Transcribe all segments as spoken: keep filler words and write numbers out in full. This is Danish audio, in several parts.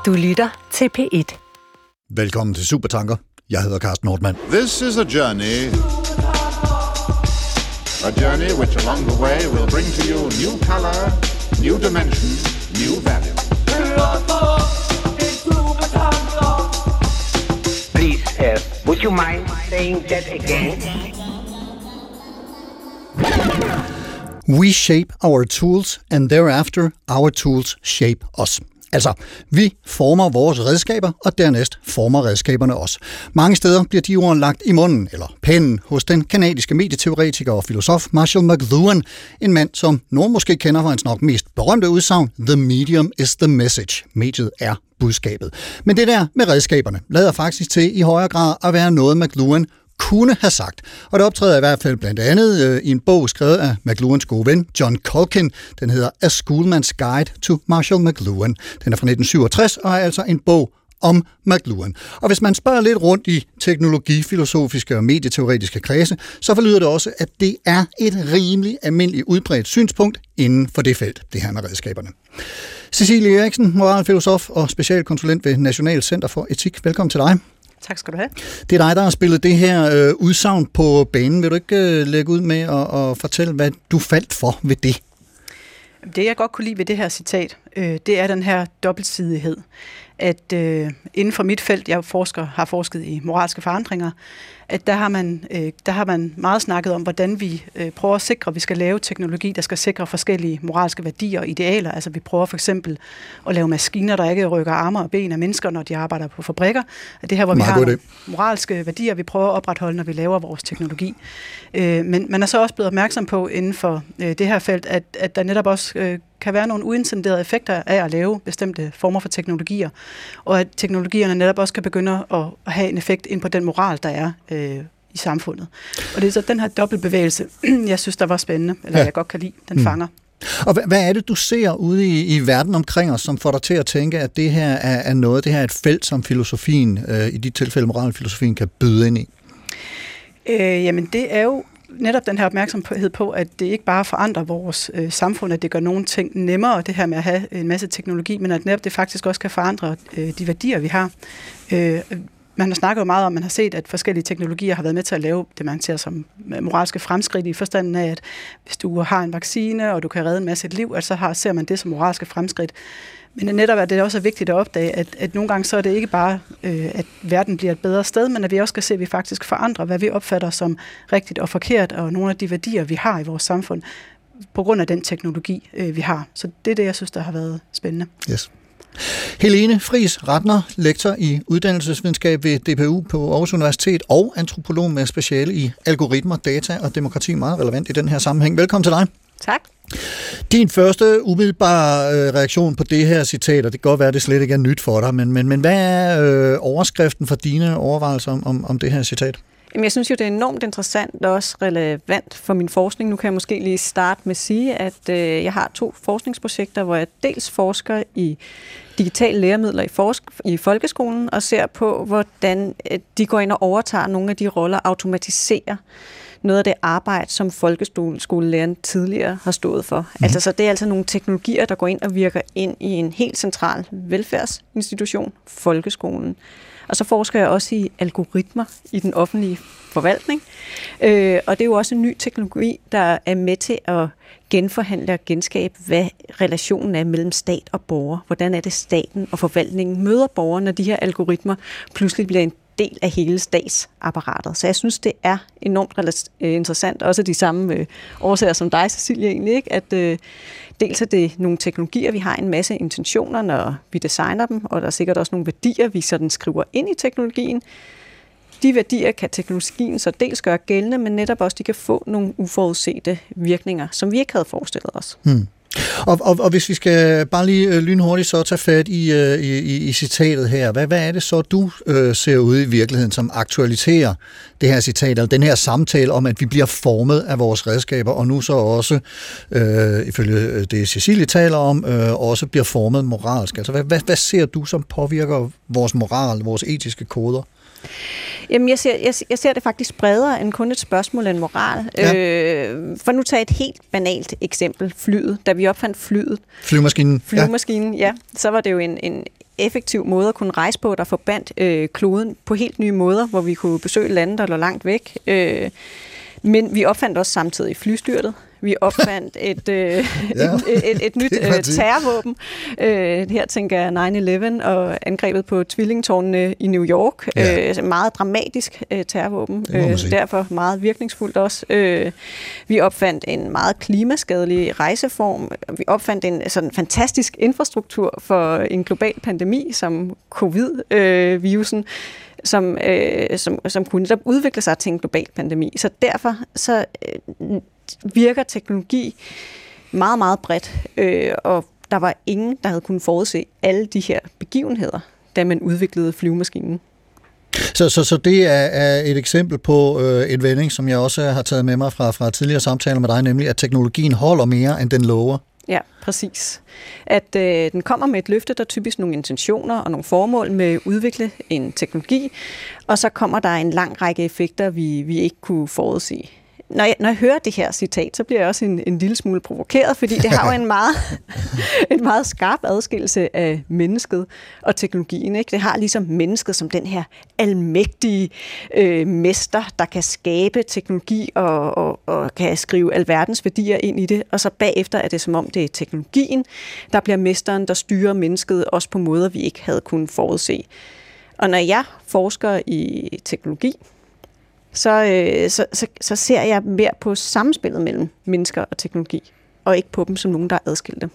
Du lytter til P et. Velkommen til Supertanker. Jeg hedder Carsten Nordmann. This is a journey. A journey which along the way will bring to you new color, new dimension, new value. Please, uh, would you mind saying that again? We shape our tools, and thereafter our tools shape us. Altså, vi former vores redskaber, og dernæst former redskaberne os. Mange steder bliver de ord lagt i munden, eller pennen, hos den kanadiske medieteoretiker og filosof Marshall McLuhan, en mand, som nogen måske kender for hans nok mest berømte udsagn, The medium is the message. Mediet er budskabet. Men det der med redskaberne lader faktisk til i højere grad at være noget, McLuhan kunne have sagt. Og det optræder i hvert fald blandt andet øh, i en bog skrevet af McLuhans gode ven, John Culkin. Den hedder A Schoolman's Guide to Marshall McLuhan. Den er fra nitten syvogtres og er altså en bog om McLuhan. Og hvis man spørger lidt rundt i teknologifilosofiske og medieteoretiske kredse, så forlyder det også, at det er et rimelig almindeligt udbredt synspunkt inden for det felt, det her med redskaberne. Cecilie Eriksen, moralfilosof og specialkonsulent ved National Center for Etik. Velkommen til dig. Tak skal du have. Det er dig, der har spillet det her øh, udsagn på banen. Vil du ikke øh, lægge ud med at, at fortælle, hvad du faldt for ved det? Det, jeg godt kunne lide ved det her citat, øh, det er den her dobbeltsidighed. At øh, inden for mit felt, jeg forsker, har forsket i moralske forandringer, at der har man, øh, der har man meget snakket om, hvordan vi øh, prøver at sikre, at vi skal lave teknologi, der skal sikre forskellige moralske værdier og idealer. Altså vi prøver for eksempel at lave maskiner, der ikke rykker arme og ben af mennesker, når de arbejder på fabrikker. At det her, hvor vi har nogle moralske værdier, vi prøver at opretholde, når vi laver vores teknologi. Øh, men man er så også blevet opmærksom på inden for øh, det her felt, at, at der netop også øh, kan være nogle uintenderede effekter af at lave bestemte former for teknologier, og at teknologierne netop også kan begynde at have en effekt ind på den moral, der er øh, i samfundet. Og det er så den her dobbeltbevægelse, jeg synes, der var spændende, eller ja. jeg godt kan lide, den mm. fanger. Og hvad er det, du ser ude i, i verden omkring os, som får dig til at tænke, at det her er, er noget, det her er et felt, som filosofien, øh, i de tilfælde moralfilosofien, kan byde ind i? Øh, jamen, det er jo netop den her opmærksomhed på, at det ikke bare forandrer vores øh, samfund, at det gør nogle ting nemmere, det her med at have en masse teknologi, men at netop det faktisk også kan forandre øh, de værdier, vi har. Øh, man har snakket jo meget om, man har set, at forskellige teknologier har været med til at lave det, man ser som moralske fremskridt i forstanden af, at hvis du har en vaccine, og du kan redde en masse liv, at så har, ser man det som moralske fremskridt. Men netop er det også vigtigt at opdage, at, at nogle gange så er det ikke bare, øh, at verden bliver et bedre sted, men at vi også skal se, at vi faktisk forandrer, hvad vi opfatter som rigtigt og forkert, og nogle af de værdier, vi har i vores samfund, på grund af den teknologi, øh, vi har. Så det er det, jeg synes, der har været spændende. Yes. Helene Friis Ratner, lektor i uddannelsesvidenskab ved D P U på Aarhus Universitet og antropolog med speciale i algoritmer, data og demokrati, meget relevant i den her sammenhæng. Velkommen til dig. Tak. Din første umiddelbare øh, reaktion på det her citat, og det kan godt være, at det slet ikke er nyt for dig, men, men, men hvad er øh, overskriften for dine overvejelser om, om, om det her citat? Jamen, jeg synes jo, det er enormt interessant og også relevant for min forskning. Nu kan jeg måske lige starte med at sige, at øh, jeg har to forskningsprojekter, hvor jeg dels forsker i digitale læremidler i, forsk- i folkeskolen og ser på, hvordan øh, de går ind og overtager nogle af de roller, automatiserer noget af det arbejde, som folkeskolelæreren tidligere har stået for. Mm. Altså, så det er altså nogle teknologier, der går ind og virker ind i en helt central velfærdsinstitution, folkeskolen. Og så forsker jeg også i algoritmer i den offentlige forvaltning. Øh, og det er jo også en ny teknologi, der er med til at genforhandle og genskabe, hvad relationen er mellem stat og borger. Hvordan er det, staten og forvaltningen møder borgerne, når de her algoritmer pludselig bliver en del af hele statsapparatet. Så jeg synes, det er enormt interessant. Også de samme øh, årsager som dig, Cecilie, egentlig, ikke? At øh, dels er det nogle teknologier, vi har en masse intentioner, når vi designer dem, og der er sikkert også nogle værdier, vi sådan skriver ind i teknologien. De værdier kan teknologien så dels gøre gældende, men netop også, de kan få nogle uforudsete virkninger, som vi ikke havde forestillet os. Hmm. Og, og, og hvis vi skal bare lige lynhurtigt så tage fat i, i, i, i citatet her, hvad, hvad er det så, du øh, ser ude i virkeligheden, som aktualiserer det her citat, eller den her samtale om, at vi bliver formet af vores redskaber, og nu så også, øh, ifølge det Cecilie taler om, øh, også bliver formet moralsk? Altså, hvad, hvad, hvad ser du, som påvirker vores moral, vores etiske koder? Jamen, jeg ser, jeg, jeg ser det faktisk bredere end kun et spørgsmål en moral. Ja. Øh, for nu tage et helt banalt eksempel, flyet. Da vi opfandt flyet. Flyvemaskinen. Flyvemaskinen, ja. ja. Så var det jo en, en effektiv måde at kunne rejse på, der forbandt øh, kloden på helt nye måder, hvor vi kunne besøge lande, der lå langt væk. Øh, men vi opfandt også samtidig flystyrtet. Vi opfandt et, øh, ja, et, et, et nyt øh, terrorvåben. Øh, her tænker jeg nine eleven og angrebet på tvillingtårnene i New York. Ja. Øh, meget dramatisk øh, terrorvåben. Øh, derfor meget virkningsfuldt også. Øh, vi opfandt en meget klimaskadelig rejseform. Vi opfandt en sådan fantastisk infrastruktur for en global pandemi som covid-virusen. Øh, som, øh, som, som kunne netop udvikle sig til en global pandemi. Så derfor så øh, virker teknologi meget, meget bredt, øh, og der var ingen, der havde kunnet forudse alle de her begivenheder, da man udviklede flyvemaskinen. Så, så, så det er, er et eksempel på øh, en vending, som jeg også har taget med mig fra, fra tidligere samtaler med dig, nemlig at teknologien holder mere, end den lover. Ja, præcis. At øh, den kommer med et løfte, der er typisk nogle intentioner og nogle formål med at udvikle en teknologi, og så kommer der en lang række effekter, vi, vi ikke kunne forudse. Når jeg, når jeg hører det her citat, så bliver jeg også en, en lille smule provokeret, fordi det har jo en meget, en meget skarp adskillelse af mennesket og teknologien. Ikke? Det har ligesom mennesket som den her almægtige øh, mester, der kan skabe teknologi og, og, og kan skrive alverdens værdier ind i det, og så bagefter er det som om det er teknologien, der bliver mesteren, der styrer mennesket også på måder, vi ikke havde kunnet forudse. Og når jeg forsker i teknologi, Så, øh, så, så, så ser jeg mere på samspillet mellem mennesker og teknologi, og ikke på dem som nogen, der er adskilte.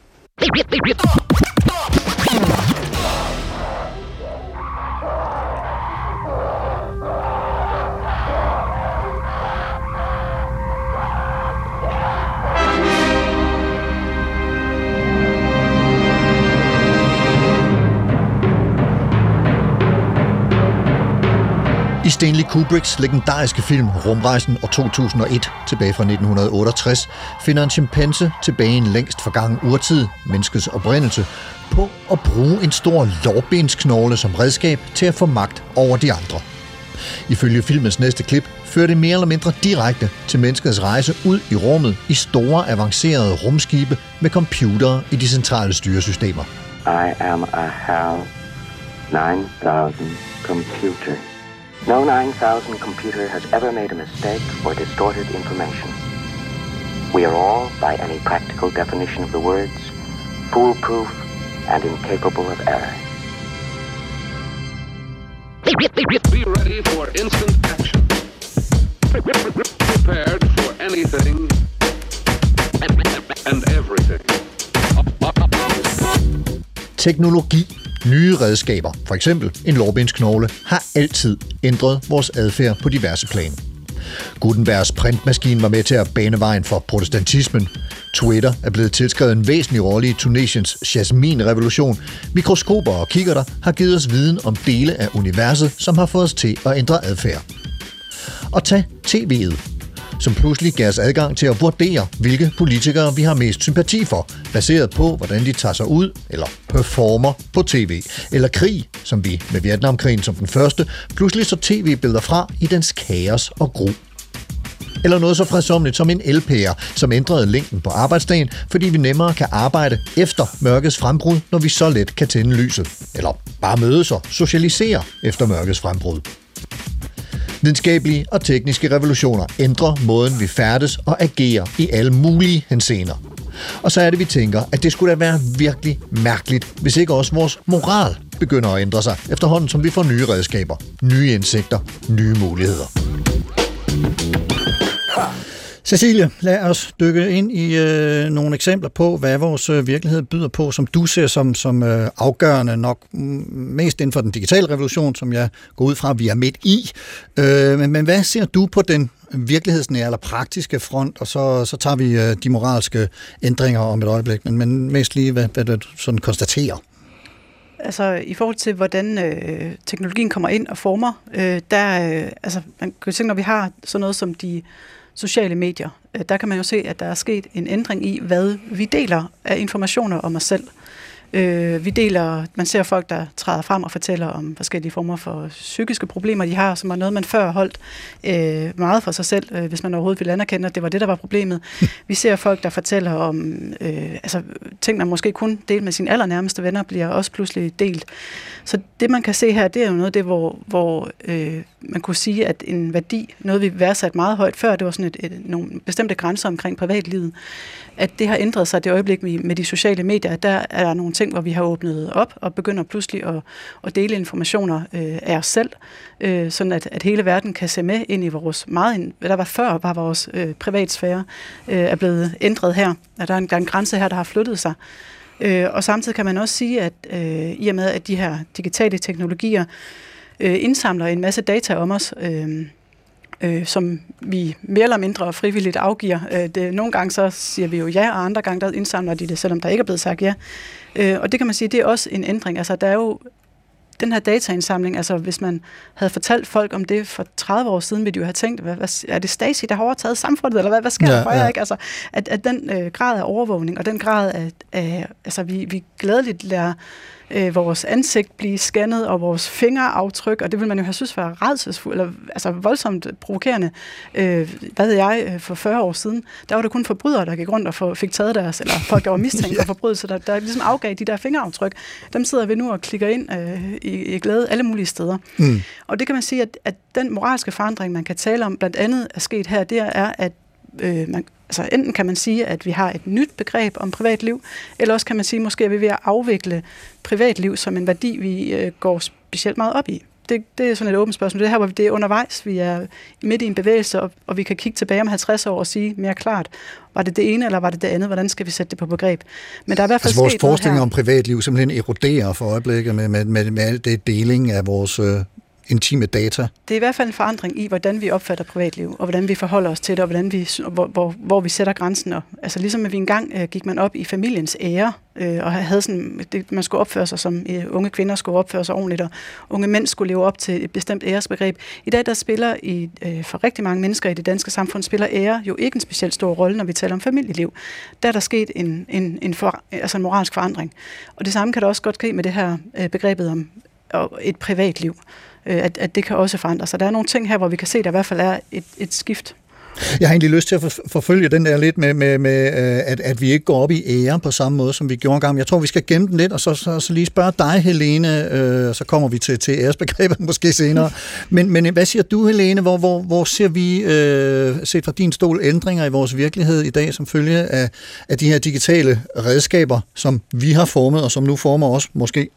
I Stanley Kubricks legendariske film Rumrejsen år to tusind og et, tilbage fra nitten otteogtres, finder en chimpanse tilbage i en længst forgangen urtid, menneskets oprindelse, på at bruge en stor lårbensknogle som redskab til at få magt over de andre. Ifølge filmens næste klip fører det mere eller mindre direkte til menneskets rejse ud i rummet i store, avancerede rumskibe med computere i de centrale styresystemer. I am a HAL nine thousand computer. No nine thousand computer has ever made a mistake or distorted information. We are all, by any practical definition of the words, foolproof and incapable of error. Be ready for instant action. Prepared for anything and everything. Teknologi, nye redskaber, for eksempel en lårbensknogle, har altid ændret vores adfærd på diverse plan. Gutenbergs printmaskine var med til at bane vejen for protestantismen. Twitter er blevet tilskrevet en væsentlig rolle i Tunesiens jasminrevolution. Mikroskoper og kikkerter har givet os viden om dele af universet, som har fået os til at ændre adfærd. Og tag T V'et, som pludselig gav os adgang til at vurdere, hvilke politikere vi har mest sympati for, baseret på, hvordan de tager sig ud eller performer på tv. Eller krig, som vi med Vietnamkrigen som den første, pludselig så tv-billeder fra i dens kaos og gru. Eller noget så fredsommeligt som en L P'er, som ændrede længden på arbejdsdagen, fordi vi nemmere kan arbejde efter mørkets frembrud, når vi så let kan tænde lyset. Eller bare mødes og socialisere efter mørkets frembrud. Videnskabelige og tekniske revolutioner ændrer måden, vi færdes og agerer i alle mulige henseender. Og så er det, vi tænker, at det skulle da være virkelig mærkeligt, hvis ikke også vores moral begynder at ændre sig, efterhånden som vi får nye redskaber, nye indsigter, nye muligheder. Cecilie, lad os dykke ind i øh, nogle eksempler på, hvad vores øh, virkelighed byder på, som du ser som, som øh, afgørende nok mest inden for den digitale revolution, som jeg går ud fra, at vi er midt i. Øh, men, men hvad ser du på den virkelighedsnære eller praktiske front, og så, så tager vi øh, de moralske ændringer om et øjeblik, men, men mest lige, hvad, hvad du sådan konstaterer? Altså i forhold til, hvordan øh, teknologien kommer ind og former, øh, der, øh, altså man kan se, når vi har sådan noget som de sociale medier, øh, der kan man jo se, at der er sket en ændring i, hvad vi deler af informationer om os selv. Øh, vi deler, man ser folk, der træder frem og fortæller om forskellige former for psykiske problemer, de har, som er noget, man før holdt øh, meget for sig selv, øh, hvis man overhovedet ville anerkende, at det var det, der var problemet. Vi ser folk, der fortæller om øh, altså, ting, man måske kun delte med sine allernærmeste venner, bliver også pludselig delt. Så det, man kan se her, det er jo noget af det, hvor, hvor øh, man kunne sige, at en værdi, noget vi værdsat meget højt før, det var sådan et, et, nogle bestemte grænser omkring privatlivet, at det har ændret sig det øjeblik med de sociale medier, at der er nogle ting, hvor vi har åbnet op og begynder pludselig at, at dele informationer øh, af os selv, øh, sådan at, at hele verden kan se med ind i vores meget, hvad der var før, var vores øh, privatsfære, øh, er blevet ændret her. At der er en, der er en grænse her, der har flyttet sig. Øh, og samtidig kan man også sige, at øh, i og med, at de her digitale teknologier øh, indsamler en masse data om os, øh, Øh, som vi mere eller mindre frivilligt afgiver. Øh, det, nogle gange så siger vi jo ja, og andre gange der indsamler de det, selvom der ikke er blevet sagt ja. Øh, og det kan man sige, det er også en ændring. Altså der er jo den her dataindsamling, altså hvis man havde fortalt folk om det for tredive år siden, ville de jo have tænkt, hvad, hvad, er det Stasi, der har overtaget samfundet, eller hvad, hvad sker der for jer, ikke? Altså, at, at den øh, grad af overvågning, og den grad af, af altså vi, vi glædeligt lærer øh, vores ansigt blive scannet, og vores fingeraftryk, og det vil man jo have synes var rædselsfuldt, eller altså voldsomt provokerende. Øh, hvad ved jeg, for fyrre år siden, der var det kun forbrydere, der gik rundt og for, fik taget deres, eller folk, der var mistænkt for forbrydelse, der, der ligesom afgav de der fingeraftryk. Dem sidder vi nu og klikker ind øh, i, i glæde alle mulige steder. Mm. Og det kan man sige, at, at den moralske forandring, man kan tale om, blandt andet er sket her, det er, at øh, man altså enten kan man sige, at vi har et nyt begreb om privatliv, eller også kan man sige, måske er vi ved at afvikle privatliv som en værdi, vi øh, går specielt meget op i. Det, det er sådan et åbent spørgsmål. Det er her, hvor det er undervejs. Vi er midt i en bevægelse, og, og vi kan kigge tilbage om halvtreds år og sige mere klart, var det det ene, eller var det det andet? Hvordan skal vi sætte det på begreb? Men der er i hvert fald altså, vores sket forestilling om privatliv simpelthen eroderer for øjeblikket med, med, med, med alt det deling af vores øh, intime data. Det er i hvert fald en forandring i, hvordan vi opfatter privatliv, og hvordan vi forholder os til det, og hvordan vi, hvor, hvor, hvor vi sætter grænsen. Og, altså ligesom at vi engang øh, gik man op i familiens ære, øh, og havde sådan, det, man skulle opføre sig som øh, unge kvinder skulle opføre sig ordentligt, og unge mænd skulle leve op til et bestemt æresbegreb. I dag der spiller i, øh, for rigtig mange mennesker i det danske samfund, spiller ære jo ikke en specielt stor rolle, når vi taler om familieliv. Der er der sket en, en, en, for, altså en moralsk forandring. Og det samme kan der også godt ske med det her øh, begrebet om og et privatliv. At, at det kan også forandre sig. Der er nogle ting her, hvor vi kan se, at der i hvert fald er et, et skift. Jeg har egentlig lyst til at forfølge den der lidt med, med, med at, at vi ikke går op i ære på samme måde, som vi gjorde engang. Jeg tror, vi skal gemme den lidt, og så, så, så lige spørge dig, Helene, øh, så kommer vi til, til æresbegrebet måske senere. Men, men hvad siger du, Helene? Hvor, hvor, hvor ser vi, øh, set fra din stol, ændringer i vores virkelighed i dag, som følge af, af de her digitale redskaber, som vi har formet, og som nu former os måske?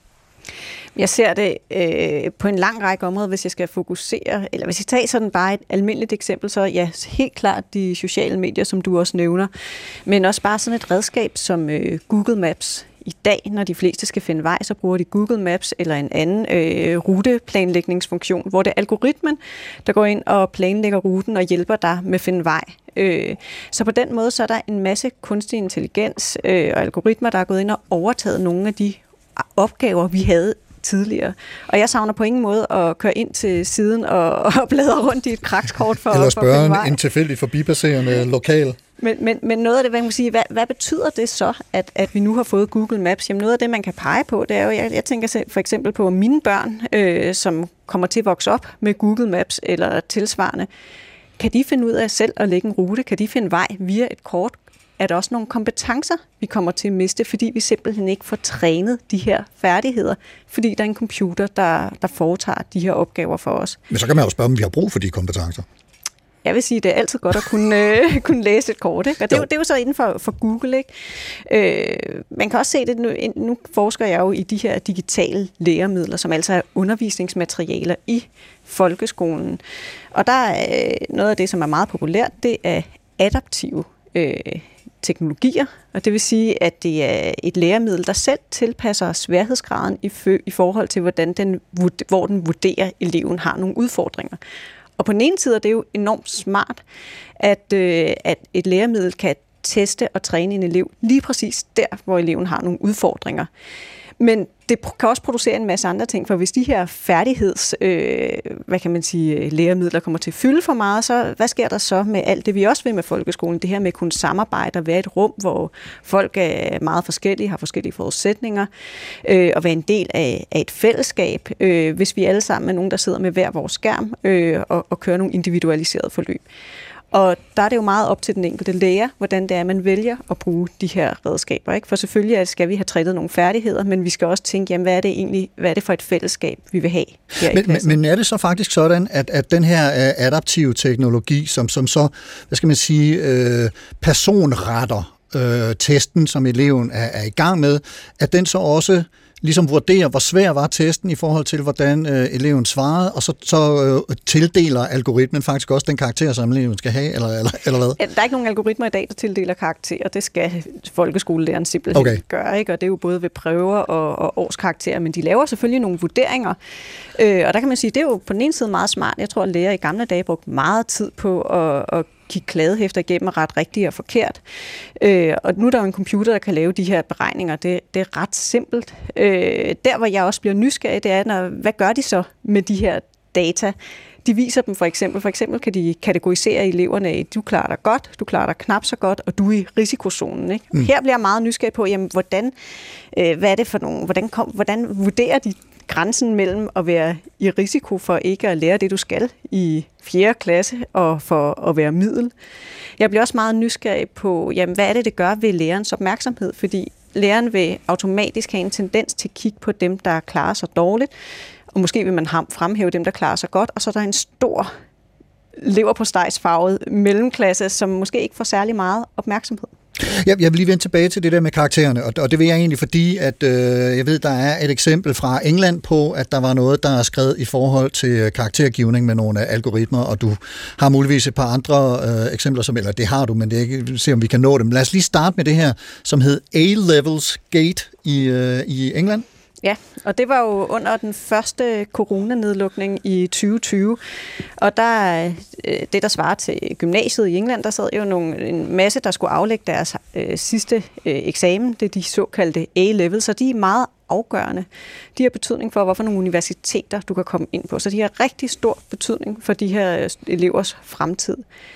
Jeg ser det øh, på en lang række områder, hvis jeg skal fokusere, eller hvis jeg tager sådan bare et almindeligt eksempel, så ja, helt klart de sociale medier, som du også nævner, men også bare sådan et redskab som øh, Google Maps. I dag, når de fleste skal finde vej, så bruger de Google Maps eller en anden øh, ruteplanlægningsfunktion, hvor det er algoritmen, der går ind og planlægger ruten og hjælper dig med at finde vej. Øh, så på den måde, så er der en masse kunstig intelligens øh, og algoritmer, der er gået ind og overtaget nogle af de opgaver, vi havde tidligere. Og jeg savner på ingen måde at køre ind til siden og, og bladre rundt i et krakskort for, eller for at finde vej. En tilfældig forbipasserende lokal. Men, men, men noget af det, hvad man kan sige, hvad, hvad betyder det så, at, at vi nu har fået Google Maps? Jamen noget af det, man kan pege på, det er jo, jeg, jeg tænker for eksempel på mine børn, øh, som kommer til at vokse op med Google Maps eller tilsvarende. Kan de finde ud af selv at lægge en rute? Kan de finde vej via et kort? Er der også nogle kompetencer, vi kommer til at miste, fordi vi simpelthen ikke får trænet de her færdigheder, fordi der er en computer, der, der foretager de her opgaver for os. Men så kan man jo spørge, om vi har brug for de kompetencer. Jeg vil sige, at det er altid godt at kunne, øh, kunne læse et kort, ikke? Og det, det er jo så inden for, for Google, ikke? Øh, man kan også se det, nu, nu forsker jeg jo i de her digitale læremidler, som altså er undervisningsmaterialer i folkeskolen. Og der er øh, noget af det, som er meget populært, det er adaptive øh, teknologier, og det vil sige, at det er et læremiddel, der selv tilpasser sværhedsgraden i, fø- i forhold til, hvordan den, hvor den vurderer, at eleven har nogle udfordringer. Og på den ene side er det jo enormt smart, at, øh, at et læremiddel kan teste og træne en elev lige præcis der, hvor eleven har nogle udfordringer. Men det kan også producere en masse andre ting, for hvis de her færdigheds, øh, hvad kan man sige, læremidler kommer til at fylde for meget, så hvad sker der så med alt det, vi også vil med folkeskolen? Det her med at kunne samarbejde og være et rum, hvor folk er meget forskellige, har forskellige forudsætninger, øh, og være en del af, af et fællesskab, øh, hvis vi alle sammen er nogen, der sidder med hver vores skærm øh, og, og kører nogle individualiserede forløb. Og der er det jo meget op til den enkelte lærer, hvordan det er, man vælger at bruge de her redskaber. Ikke? For selvfølgelig skal vi have trænet nogle færdigheder, men vi skal også tænke, jamen, hvad er det egentlig, hvad er det for et fællesskab, vi vil have her men, i klassen? Men er det så faktisk sådan, at, at den her uh, adaptive teknologi, som, som så, hvad skal man sige, uh, personretter uh, testen, som eleven er, er i gang med, at den så også ligesom vurderer, hvor svær var testen i forhold til, hvordan øh, eleven svarede, og så, så øh, tildeler algoritmen faktisk også den karakter, som eleven skal have, eller, eller, eller hvad? Ja, der er ikke nogen algoritmer i dag, der tildeler karakterer. Det skal folkeskolelæreren simpelthen okay. gøre, ikke? Og det er jo både ved prøver og, og årskarakterer, men de laver selvfølgelig nogle vurderinger. Øh, og der kan man sige, det er jo på den ene side meget smart. Jeg tror, at lærere i gamle dage brugte meget tid på at, at kigge kladehæfter igennem og ret rigtigt og forkert. Øh, og nu er der jo en computer, der kan lave de her beregninger. Det, det er ret simpelt. Øh, der, hvor jeg også bliver nysgerrig, det er, når, hvad gør de så med de her data? De viser dem for eksempel. For eksempel kan de kategorisere eleverne i, du klarer dig godt, du klarer dig knap så godt, og du er i risikozonen. Ikke? Mm. Her bliver jeg meget nysgerrig på, jamen, hvordan, øh, hvad er det for nogle, hvordan, kom, hvordan vurderer de grænsen mellem at være i risiko for ikke at lære det, du skal i fjerde klasse, og for at være middel. Jeg bliver også meget nysgerrig på, jamen, hvad er det, det gør ved lærerens opmærksomhed, fordi læreren vil automatisk have en tendens til at kigge på dem, der klarer sig dårligt, og måske vil man fremhæve dem, der klarer sig godt, og så er der en stor leverpostejsfarvet mellemklasse, som måske ikke får særlig meget opmærksomhed. Jeg vil lige vende tilbage til det der med karaktererne, og det vil jeg egentlig, fordi at øh, jeg ved, der er et eksempel fra England på, at der var noget, der er skrevet i forhold til karaktergivning med nogle algoritmer, og du har muligvis et par andre øh, eksempler, som, eller det har du, men det er ikke, se om vi kan nå dem. Lad os lige starte med det her, som hed A-Levels Gate i, øh, i England. Ja, og det var jo under den første coronanedlukning i tyve tyve, og der, det der svarer til gymnasiet i England, der sad jo nogle, en masse, der skulle aflægge deres øh, sidste øh, eksamen, det er de såkaldte A-levels, så de er meget afgørende. De har betydning for, hvorfor nogle universiteter du kan komme ind på, så de har rigtig stor betydning for de her elevers fremtid.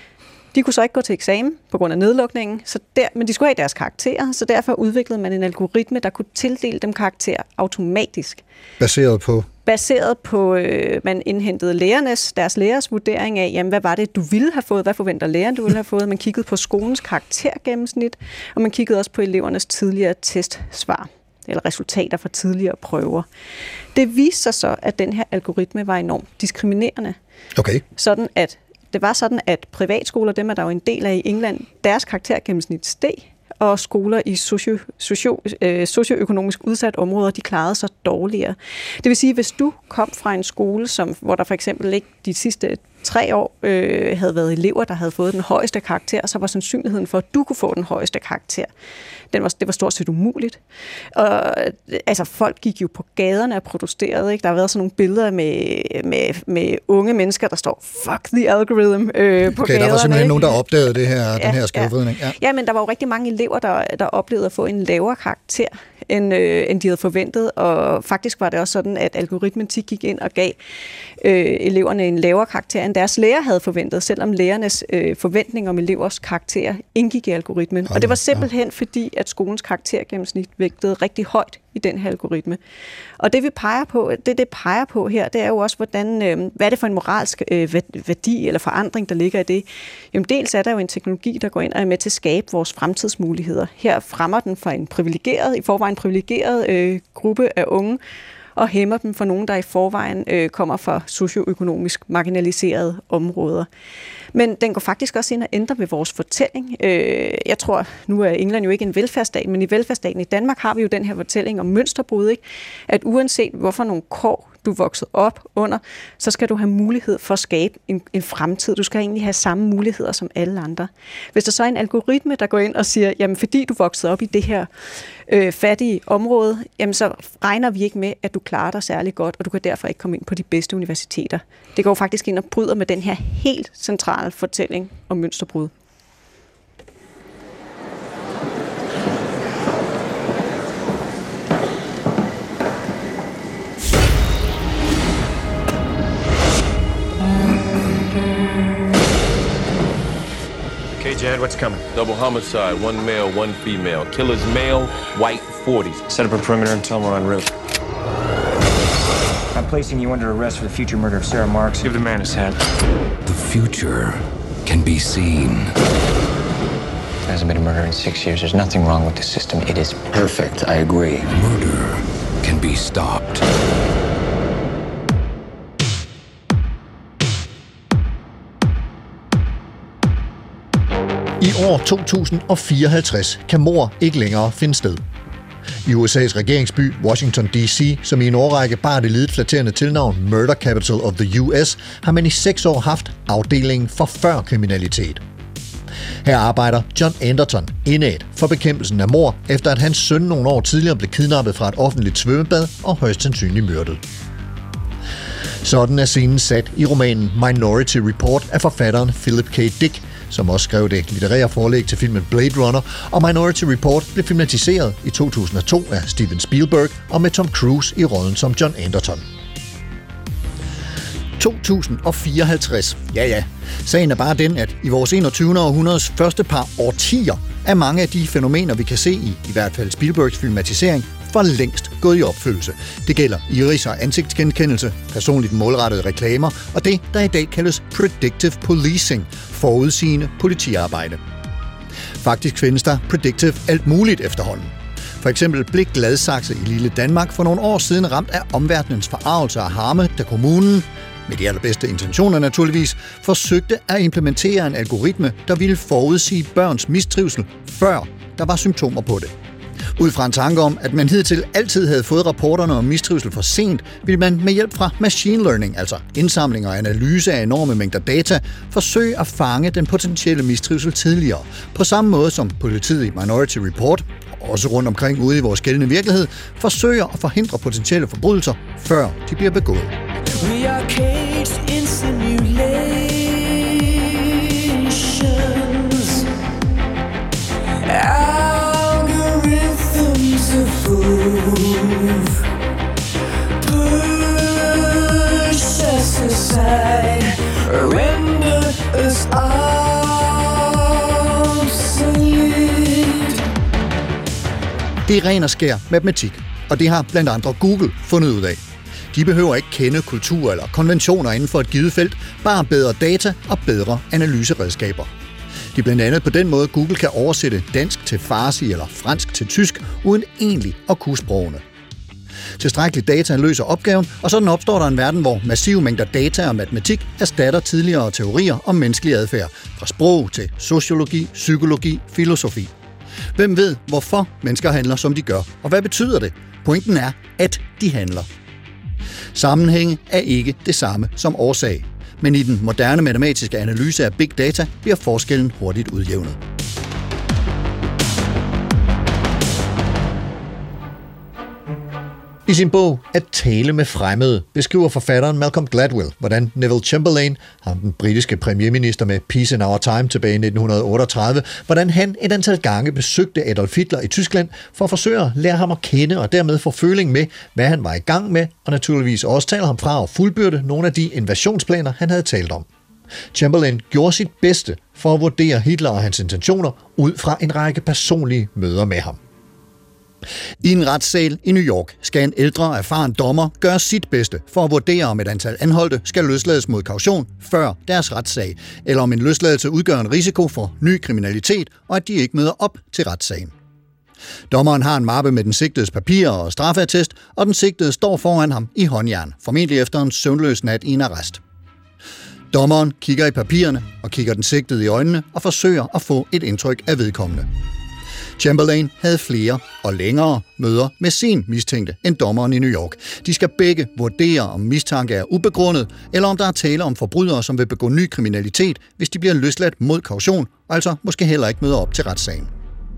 De kunne så ikke gå til eksamen på grund af nedlukningen, så der, men de skulle have deres karakterer, så derfor udviklede man en algoritme, der kunne tildele dem karakterer automatisk. Baseret på? Baseret på, øh, man indhentede lærernes, deres lærers vurdering af, jamen, hvad var det, du ville have fået, hvad forventer læreren, du ville have fået. Man kiggede på skolens karaktergennemsnit, og man kiggede også på elevernes tidligere testsvar, eller resultater fra tidligere prøver. Det viste sig så, at den her algoritme var enormt diskriminerende. Okay. Sådan at Det var sådan, at privatskoler, dem er der jo en del af i England, deres karaktergennemsnit steg, og skoler i socio, socio, øh, socioøkonomisk udsat områder, de klarede sig dårligere. Det vil sige, hvis du kom fra en skole, som, hvor der for eksempel ikke de sidste tre år øh, havde været elever, der havde fået den højeste karakter, så var sandsynligheden for, at du kunne få den højeste karakter, den var, det var stort set umuligt. Og, altså, folk gik jo på gaderne og protesterede. Ikke? Der har været sådan nogle billeder med, med, med unge mennesker, der står, fuck the algorithm, øh, på okay, gaderne. Der var simpelthen ikke? nogen, der opdagede det her, ja, den her skævvridning. Ja. ja, men der var jo rigtig mange elever, der, der oplevede at få en lavere karakter, end, øh, end de havde forventet. Og faktisk var det også sådan, at algoritmen gik ind og gav øh, eleverne en lavere karakter, end deres lærer havde forventet, selvom lærernes øh, forventninger om elevers karakter indgik i algoritmen. Og det var simpelthen fordi, at skolens karaktergennemsnit vægtede rigtig højt i den her algoritme. Og det vi peger på, det det peger på her, det er jo også, hvordan, øh, hvad er det for en moralsk øh, værdi eller forandring, der ligger i det. Jamen dels er der jo en teknologi, der går ind og er med til at skabe vores fremtidsmuligheder. Her fremmer den for en privilegeret, i forvejen privilegeret øh, gruppe af unge, og hæmmer dem for nogen, der i forvejen øh, kommer fra socioøkonomisk marginaliserede områder. Men den går faktisk også ind og ændrer ved vores fortælling. Øh, jeg tror, nu er England jo ikke en velfærdsstat, men i velfærdsstaten i Danmark har vi jo den her fortælling om mønsterbrud, ikke? At uanset hvorfor nogle kår du er vokset op under, så skal du have mulighed for at skabe en, en fremtid. Du skal egentlig have samme muligheder som alle andre. Hvis der så er en algoritme, der går ind og siger, jamen fordi du voksede op i det her øh, fattige område, jamen så regner vi ikke med, at du klarer dig særlig godt, og du kan derfor ikke komme ind på de bedste universiteter. Det går faktisk ind og bryder med den her helt centrale fortælling om mønsterbrud. Jed, what's coming? Double homicide, one male, one female. Killer's male, white, forty. Set up a perimeter and tell them we're en route. I'm placing you under arrest for the future murder of Sarah Marks. Give the man his hat. The future can be seen. There hasn't been a murder in six years. There's nothing wrong with the system. It is perfect. I agree. Murder can be stopped. I år to tusind og fireoghalvtreds kan mord ikke længere finde sted. I U S A's regeringsby Washington D C, som i en årrække bar det lidet flatterende tilnavn Murder Capital of the U S, har man i seks år haft afdelingen for førkriminalitet. Her arbejder John Anderton indædt for bekæmpelsen af mord, efter at hans søn nogle år tidligere blev kidnappet fra et offentligt svømmebad og højst sandsynligt myrdet. Sådan er scenen sat i romanen Minority Report af forfatteren Philip K. Dick, som også skrev det litterære forlæg til filmen Blade Runner, og Minority Report blev filmatiseret i to tusind og to af Steven Spielberg og med Tom Cruise i rollen som John Anderton. to tusind og fireoghalvtreds. Ja, ja. Sagen er bare den, at i vores enogtyvende århundredes første par årtier er mange af de fænomener, vi kan se i, i hvert fald Spielbergs filmatisering, for længst gået i opfyldelse. Det gælder iris- og ansigtsgenkendelse, personligt målrettede reklamer og det, der i dag kaldes predictive policing, forudsigende politiarbejde. Faktisk findes der predictive alt muligt efterhånden. For eksempel blev Gladsaxe i lille Danmark for nogle år siden ramt af omverdenens forargelse og harme, da kommunen, med de allerbedste intentioner naturligvis, forsøgte at implementere en algoritme, der ville forudsige børns mistrivsel, før der var symptomer på det. Ud fra en tanke om, at man hidtil altid havde fået rapporterne om mistrivsel for sent, ville man med hjælp fra machine learning, altså indsamling og analyse af enorme mængder data, forsøge at fange den potentielle mistrivsel tidligere. På samme måde som politiet i Minority Report, og også rundt omkring ude i vores gældende virkelighed, forsøger at forhindre potentielle forbrydelser, før de bliver begået. We are caged in simulations. Algorithms approve. Push us aside. Render us obsolete. Det er ren og skær matematik, og det har blandt andre Google fundet ud af. De behøver ikke kende kultur eller konventioner inden for et givet felt, bare bedre data og bedre analyseredskaber. Det er blandt andet på den måde, Google kan oversætte dansk til farsi eller fransk til tysk, uden egentlig at kunne sprogene. Tilstrækkelig data løser opgaven, og sådan opstår der en verden, hvor massive mængder data og matematik erstatter tidligere teorier om menneskelig adfærd, fra sprog til sociologi, psykologi, filosofi. Hvem ved, hvorfor mennesker handler, som de gør, og hvad betyder det? Pointen er, at de handler. Sammenhænge er ikke det samme som årsag, men i den moderne matematiske analyse af big data bliver forskellen hurtigt udjævnet. I sin bog At tale med fremmede beskriver forfatteren Malcolm Gladwell, hvordan Neville Chamberlain, ham den britiske premierminister med Peace in Our Time tilbage i nitten otteogtredive, hvordan han et antal gange besøgte Adolf Hitler i Tyskland for at forsøge at lære ham at kende og dermed få føling med, hvad han var i gang med, og naturligvis også tale ham fra at fuldbyrde nogle af de invasionsplaner, han havde talt om. Chamberlain gjorde sit bedste for at vurdere Hitler og hans intentioner ud fra en række personlige møder med ham. I en retssal i New York skal en ældre, erfaren dommer gøre sit bedste for at vurdere, om et antal anholdte skal løslades mod kaution før deres retssag, eller om en løsladelse udgør en risiko for ny kriminalitet, og at de ikke møder op til retssagen. Dommeren har en mappe med den sigtedes papirer og straffeattest, og den sigtede står foran ham i håndjern, formentlig efter en søvnløs nat i en arrest. Dommeren kigger i papirerne og kigger den sigtede i øjnene og forsøger at få et indtryk af vedkommende. Chamberlain havde flere og længere møder med sin mistænkte end dommeren i New York. De skal begge vurdere, om mistanke er ubegrundet, eller om der er tale om forbrydere, som vil begå ny kriminalitet, hvis de bliver løsladt mod kaution, og altså måske heller ikke møder op til retssagen.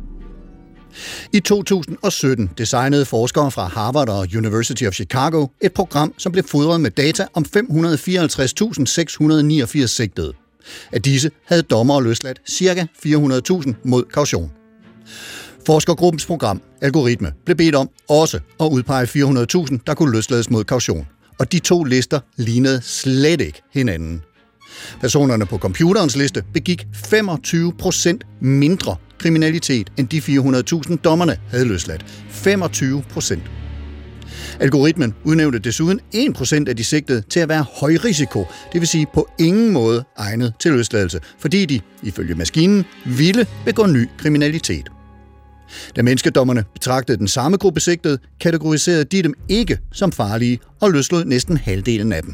I to tusind og sytten designede forskere fra Harvard og University of Chicago et program, som blev fodret med data om fem hundrede og fireoghalvtreds tusind seks hundrede og niogfirs sigtede. Af disse havde dommere løsladt ca. fire hundrede tusind mod kaution. Forskergruppens program, Algoritme, blev bedt om også at udpege fire hundrede tusind, der kunne løslades mod kaution. Og de to lister lignede slet ikke hinanden. Personerne på computerens liste begik femogtyve procent mindre kriminalitet end de fire hundrede tusind dommerne havde løsladt. femogtyve procent. Algoritmen udnævnte desuden en procent af de sigtede til at være høj risiko, det vil sige på ingen måde egnet til løsladelse, fordi de, ifølge maskinen, ville begå ny kriminalitet. Da menneskedommerne betragtede den samme gruppe sigtede, kategoriserede de dem ikke som farlige og løslod næsten halvdelen af dem.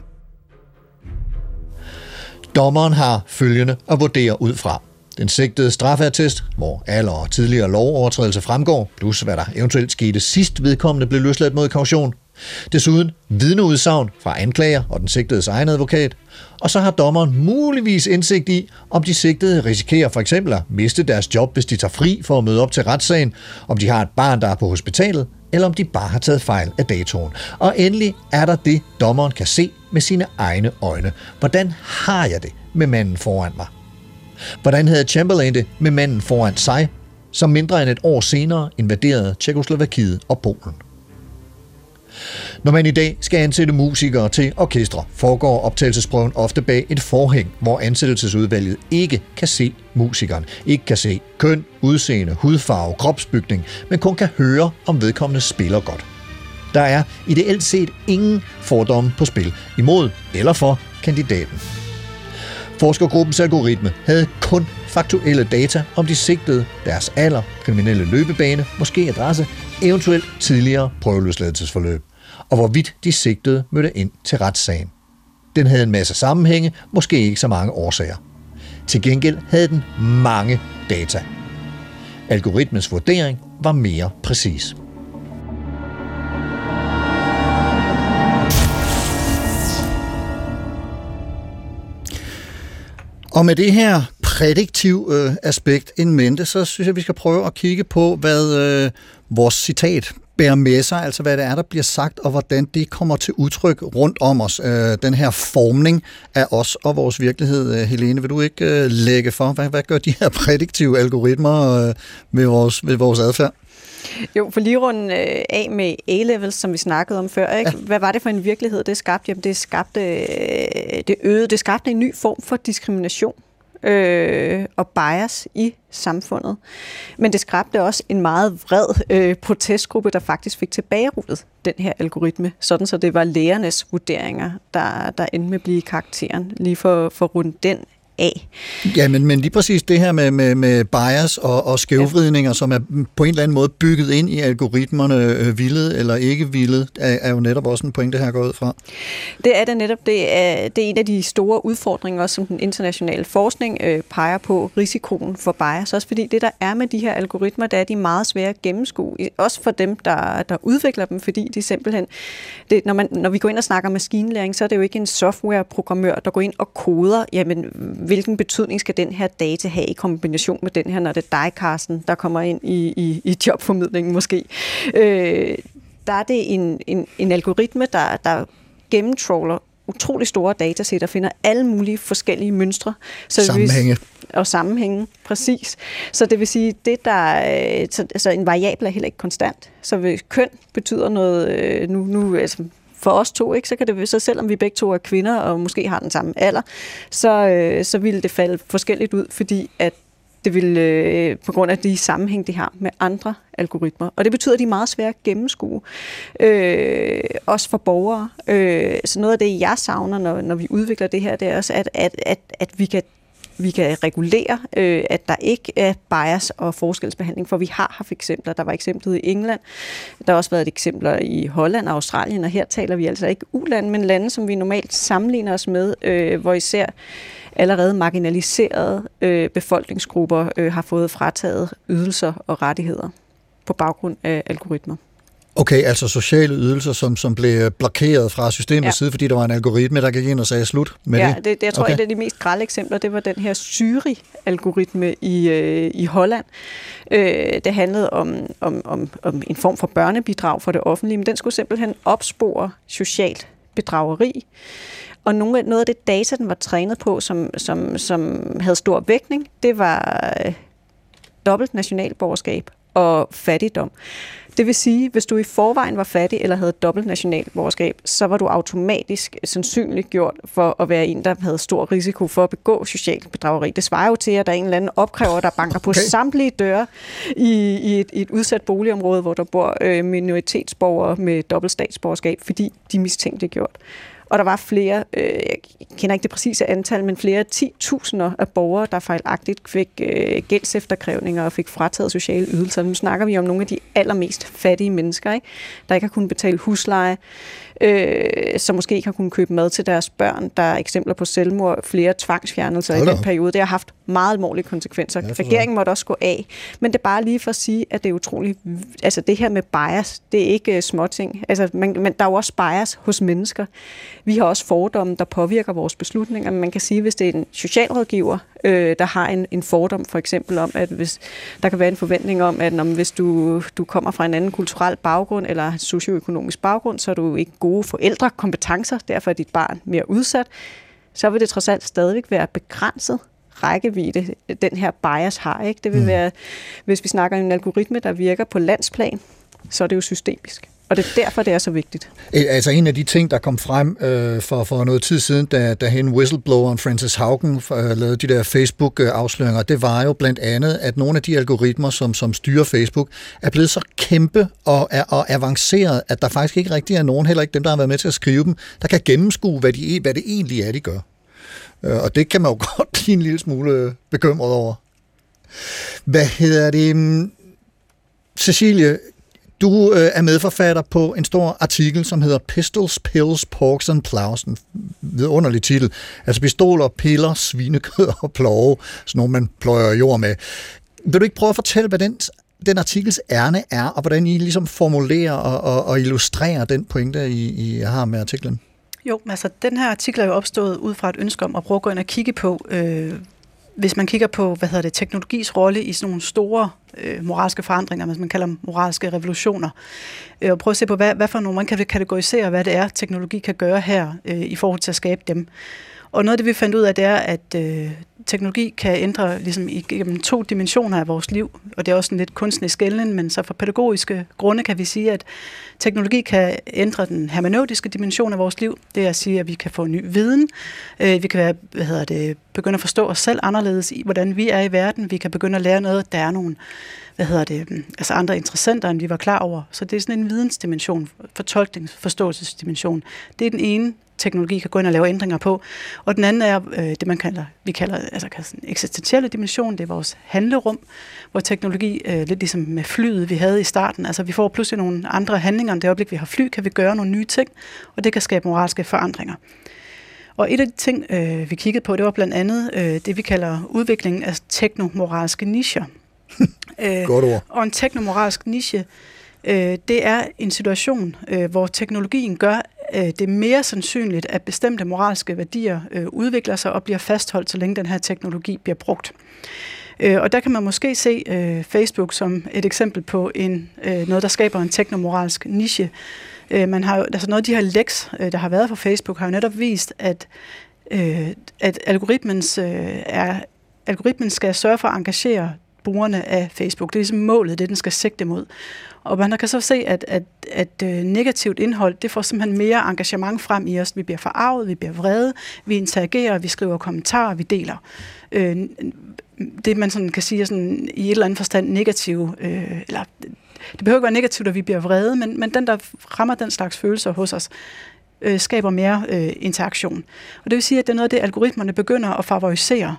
Dommeren har følgende at vurdere ud fra. Den sigtede straffeattest, hvor alder og tidligere lovovertrædelse fremgår, plus hvad der eventuelt skete sidst vedkommende blev løsladt mod kaution. Desuden vidneudsagn fra anklager og den sigtedes egen advokat. Og så har dommeren muligvis indsigt i, om de sigtede risikerer for eksempel at miste deres job, hvis de tager fri for at møde op til retssagen, om de har et barn, der er på hospitalet, eller om de bare har taget fejl af datoen. Og endelig er der det, dommeren kan se med sine egne øjne. Hvordan har jeg det med manden foran mig? Hvordan havde Chamberlain det med manden foran sig, som mindre end et år senere invaderede Tjekkoslovakiet og Polen? Når man i dag skal ansætte musikere til orkestre, foregår optagelsesprøven ofte bag et forhæng, hvor ansættelsesudvalget ikke kan se musikeren, ikke kan se køn, udseende, hudfarve, kropsbygning, men kun kan høre, om vedkommende spiller godt. Der er ideelt set ingen fordomme på spil, imod eller for kandidaten. Forskergruppens algoritme havde kun faktuelle data om de sigtede, deres alder, kriminelle løbebane, måske adresse, eventuelt tidligere prøveløsladelsesforløb, og hvorvidt de sigtede mødte ind til retssagen. Den havde en masse sammenhænge, måske ikke så mange årsager. Til gengæld havde den mange data. Algoritmens vurdering var mere præcis. Og med det her prædiktiv øh, aspekt in mente, så synes jeg, vi skal prøve at kigge på, hvad øh, vores citat bærer med sig, altså hvad det er, der bliver sagt, og hvordan det kommer til udtryk rundt om os. Øh, den her formning af os og vores virkelighed. Øh, Helene, vil du ikke øh, lægge for? Hvad, hvad gør de her prædiktive algoritmer øh, ved, vores, ved vores adfærd? Jo, for lige rundt øh, af med A-levels, som vi snakkede om før, ikke? Ja. Hvad var det for en virkelighed, det skabte? Jamen, det skabte, øh, det øgede, det skabte en ny form for diskrimination øh, og bias i samfundet. Men det skabte også en meget vred øh, protestgruppe, der faktisk fik tilbagerullet den her algoritme, sådan så det var lærernes vurderinger, der, der endte med at blive karakteren, lige for, for rundt den af. Ja, men, men lige præcis det her med, med, med bias og, og skævvridninger, ja. Som er på en eller anden måde bygget ind i algoritmerne, øh, villet eller ikke villet, er, er jo netop også en pointe, her går ud fra. Det er det netop. Det er, det er en af de store udfordringer, også som den internationale forskning øh, peger på, risikoen for bias. Også fordi det, der er med de her algoritmer, det er de meget svære at gennemskue. Også for dem, der, der udvikler dem, fordi de simpelthen... Det, når, man, når vi går ind og snakker maskinlæring, så er det jo ikke en softwareprogrammør, der går ind og koder, jamen, hvilken betydning skal den her data have i kombination med den her, når det er dig, Carsten, der kommer ind i, i, i jobformidlingen måske. Øh, der er det en, en, en algoritme, der, der gennemtrawler utrolig store datasæt og finder alle mulige forskellige mønstre. Så sammenhænge. Vi, og sammenhænge, præcis. Så det vil sige, det der, så, altså en variabel er heller ikke konstant. Så hvis køn betyder noget, nu, nu altså for os to, ikke, så kan det så selvom vi begge to er kvinder og måske har den samme alder, så, øh, så ville det falde forskelligt ud, fordi at det vil øh, på grund af de sammenhæng, de har med andre algoritmer. Og det betyder, at de er meget svære at gennemskue, øh, også for borgere. Øh, så noget af det, jeg savner, når, når vi udvikler det her, det er også, at, at, at, at vi kan Vi kan regulere, øh, at der ikke er bias og forskelsbehandling, for vi har haft eksempler. Der var eksemplet i England. Der har også været eksempler i Holland og Australien, og her taler vi altså ikke u-lande, men lande, som vi normalt sammenligner os med, øh, hvor især allerede marginaliserede øh, befolkningsgrupper øh, har fået frataget ydelser og rettigheder på baggrund af algoritmer. Okay, altså sociale ydelser, som, som blev blokeret fra systemets ja. side, fordi der var en algoritme, der gik ind og sagde slut med ja, det? Ja, det, det, jeg tror, okay. Et af de mest grelle eksempler, det var den her Syri-algoritme i, øh, i Holland. Øh, det handlede om, om, om, om en form for børnebidrag for det offentlige, men den skulle simpelthen opspore socialt bedrageri. Og nogle, noget af det data, den var trænet på, som, som, som havde stor vægtning, det var øh, dobbelt nationalborgerskab og fattigdom. Det vil sige, hvis du i forvejen var fattig eller havde dobbelt nationalborgerskab, så var du automatisk sandsynligt gjort for at være en, der havde stor risiko for at begå socialt bedrageri. Det svarer jo til, at der er en eller anden opkræver, der banker på okay. samtlige døre i, i, et, i et udsat boligområde, hvor der bor øh, minoritetsborgere med dobbelt statsborgerskab, fordi de mistænkte gjort. Og der var flere, øh, jeg kender ikke det præcise antal, men flere ti tusinder af borgere, der fejlagtigt fik øh, gældsefterkrævninger og fik frataget sociale ydelser. Nu snakker vi om nogle af de allermest fattige mennesker, ikke? Der ikke har kunnet betale husleje, øh, som måske ikke har kunnet købe mad til deres børn. Der er eksempler på selvmord, flere tvangsfjernelser i den periode. Det har haft meget alvorlige konsekvenser. Ja, regeringen måtte også gå af. Men det er bare lige for at sige, at det er utroligt... Altså det her med bias, det er ikke uh, småting. Altså, man, men der er jo også bias hos mennesker. Vi har også fordomme, der påvirker vores beslutninger. Man kan sige, hvis det er en socialrådgiver, øh, der har en, en fordom, for eksempel om, at hvis der kan være en forventning om, at når, hvis du, du kommer fra en anden kulturel baggrund eller socioøkonomisk baggrund, så er du ikke gode forældrekompetencer, derfor er dit barn mere udsat, så vil det trods alt stadigvæk være begrænset rækkevidde, den her bias har. Ikke? Det vil mm. være, hvis vi snakker om en algoritme, der virker på landsplan, så er det jo systemisk. Og det er derfor, det er så vigtigt. Altså en af de ting, der kom frem øh, for, for noget tid siden, da, da hende whistlebloweren Frances Haugen øh, lavede de der Facebook-afsløringer, det var jo blandt andet, at nogle af de algoritmer, som, som styrer Facebook, er blevet så kæmpe og, er, og avanceret, at der faktisk ikke rigtig er nogen, heller ikke dem, der har været med til at skrive dem, der kan gennemskue, hvad, de, hvad det egentlig er, de gør. Øh, og det kan man jo godt blive en lille smule bekymret over. Hvad hedder det? Cecilie, du øh, er medforfatter på en stor artikel, som hedder Pistols, Pills, Porks and Plows. En vidunderlig titel. Altså pistoler, piller, svinekød og plove. Sådan nogle, man pløjer jord med. Vil du ikke prøve at fortælle, hvad den, den artikels ærne er, og hvordan I ligesom formulerer og, og, og illustrerer den pointe, I, I har med artiklen? Jo, altså den her artikel er jo opstået ud fra et ønske om at prøve at gå ind og kigge på, øh, hvis man kigger på, hvad hedder det, teknologis rolle i sådan nogle store øh, moralske forandringer, som man kalder moralske revolutioner, øh, og prøve at se på, hvad, hvad for nogle man kan kategorisere, hvad det er, teknologi kan gøre her øh, i forhold til at skabe dem. Og noget af det, vi fandt ud af, det er, at øh, teknologi kan ændre ligesom igennem to dimensioner af vores liv, og det er også en lidt kunstnerisk skelnen, men så for pædagogiske grunde kan vi sige, at teknologi kan ændre den hermeneutiske dimension af vores liv. Det er at sige, at vi kan få ny viden, øh, vi kan være, hvad hedder det, begynde at forstå os selv anderledes i, hvordan vi er i verden, vi kan begynde at lære noget, der er nogle hvad hedder det, altså andre interessenter, end vi var klar over. Så det er sådan en vidensdimension, fortolknings- forståelsesdimension. Det er den ene, teknologi kan gå ind og lave ændringer på. Og den anden er øh, det, man kalder, vi kalder altså en eksistentielle dimension, det er vores handlerum, hvor teknologi, øh, lidt ligesom med flyet, vi havde i starten, altså vi får pludselig nogle andre handlinger, end det øjeblik, vi har fly, kan vi gøre nogle nye ting, og det kan skabe moralske forandringer. Og et af de ting, øh, vi kiggede på, det var blandt andet øh, det, vi kalder udviklingen af teknomoralske nicher. øh, Godt ord. Og en teknomoralsk niche, øh, det er en situation, øh, hvor teknologien gør, øh, det er mere sandsynligt, at bestemte moralske værdier øh, udvikler sig og bliver fastholdt, så længe den her teknologi bliver brugt. Øh, og der kan man måske se øh, Facebook som et eksempel på en, øh, noget, der skaber en teknomoralsk niche. Øh, man har, altså noget af de her læks, øh, der har været på Facebook, har jo netop vist, at, øh, at algoritmens, øh, er, algoritmen skal sørge for at engagere brugerne af Facebook. Det er ligesom målet, det den skal sigte mod. Og man kan så se, at, at, at negativt indhold, det får simpelthen mere engagement frem i os. Vi bliver forarvet, vi bliver vrede, vi interagerer, vi skriver kommentarer, vi deler. Øh, det man sådan kan sige er sådan, i et eller andet forstand negativt, øh, eller det behøver ikke være negativt, at vi bliver vrede, men, men den, der rammer den slags følelser hos os, øh, skaber mere øh, interaktion. Og det vil sige, at det er noget af det, algoritmerne begynder at favorisere.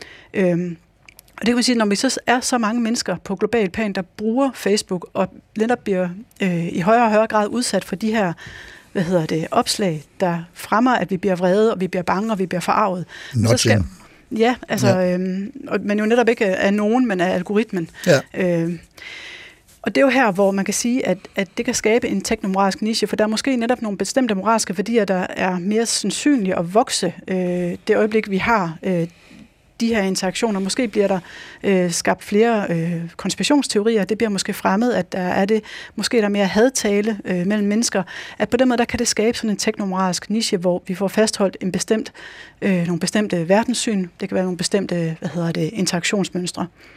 Øh, Og det kan man sige, når vi så er så mange mennesker på global plan, der bruger Facebook, og netop bliver øh, i højere og højere grad udsat for de her, hvad hedder det, opslag, der fremmer, at vi bliver vrede, og vi bliver bange, og vi bliver forarvet. Så skal, ja, altså, ja. Øhm, men jo netop ikke af nogen, men af algoritmen. Ja. Øh, og det er jo her, hvor man kan sige, at, at det kan skabe en teknomoralsk niche, for der er måske netop nogle bestemte moralske værdier, der er mere sandsynlige at vokse øh, det øjeblik, vi har øh, de her interaktioner. Måske bliver der øh, skabt flere øh, konspirationsteorier. Det bliver måske fremmed, at der er det måske der er mere hadtale øh, mellem mennesker. At på den måde, der kan det skabe sådan en teknomoralsk niche, hvor vi får fastholdt en bestemt, øh, nogle bestemte verdenssyn. Det kan være nogle bestemte, hvad hedder det, interaktionsmønstre.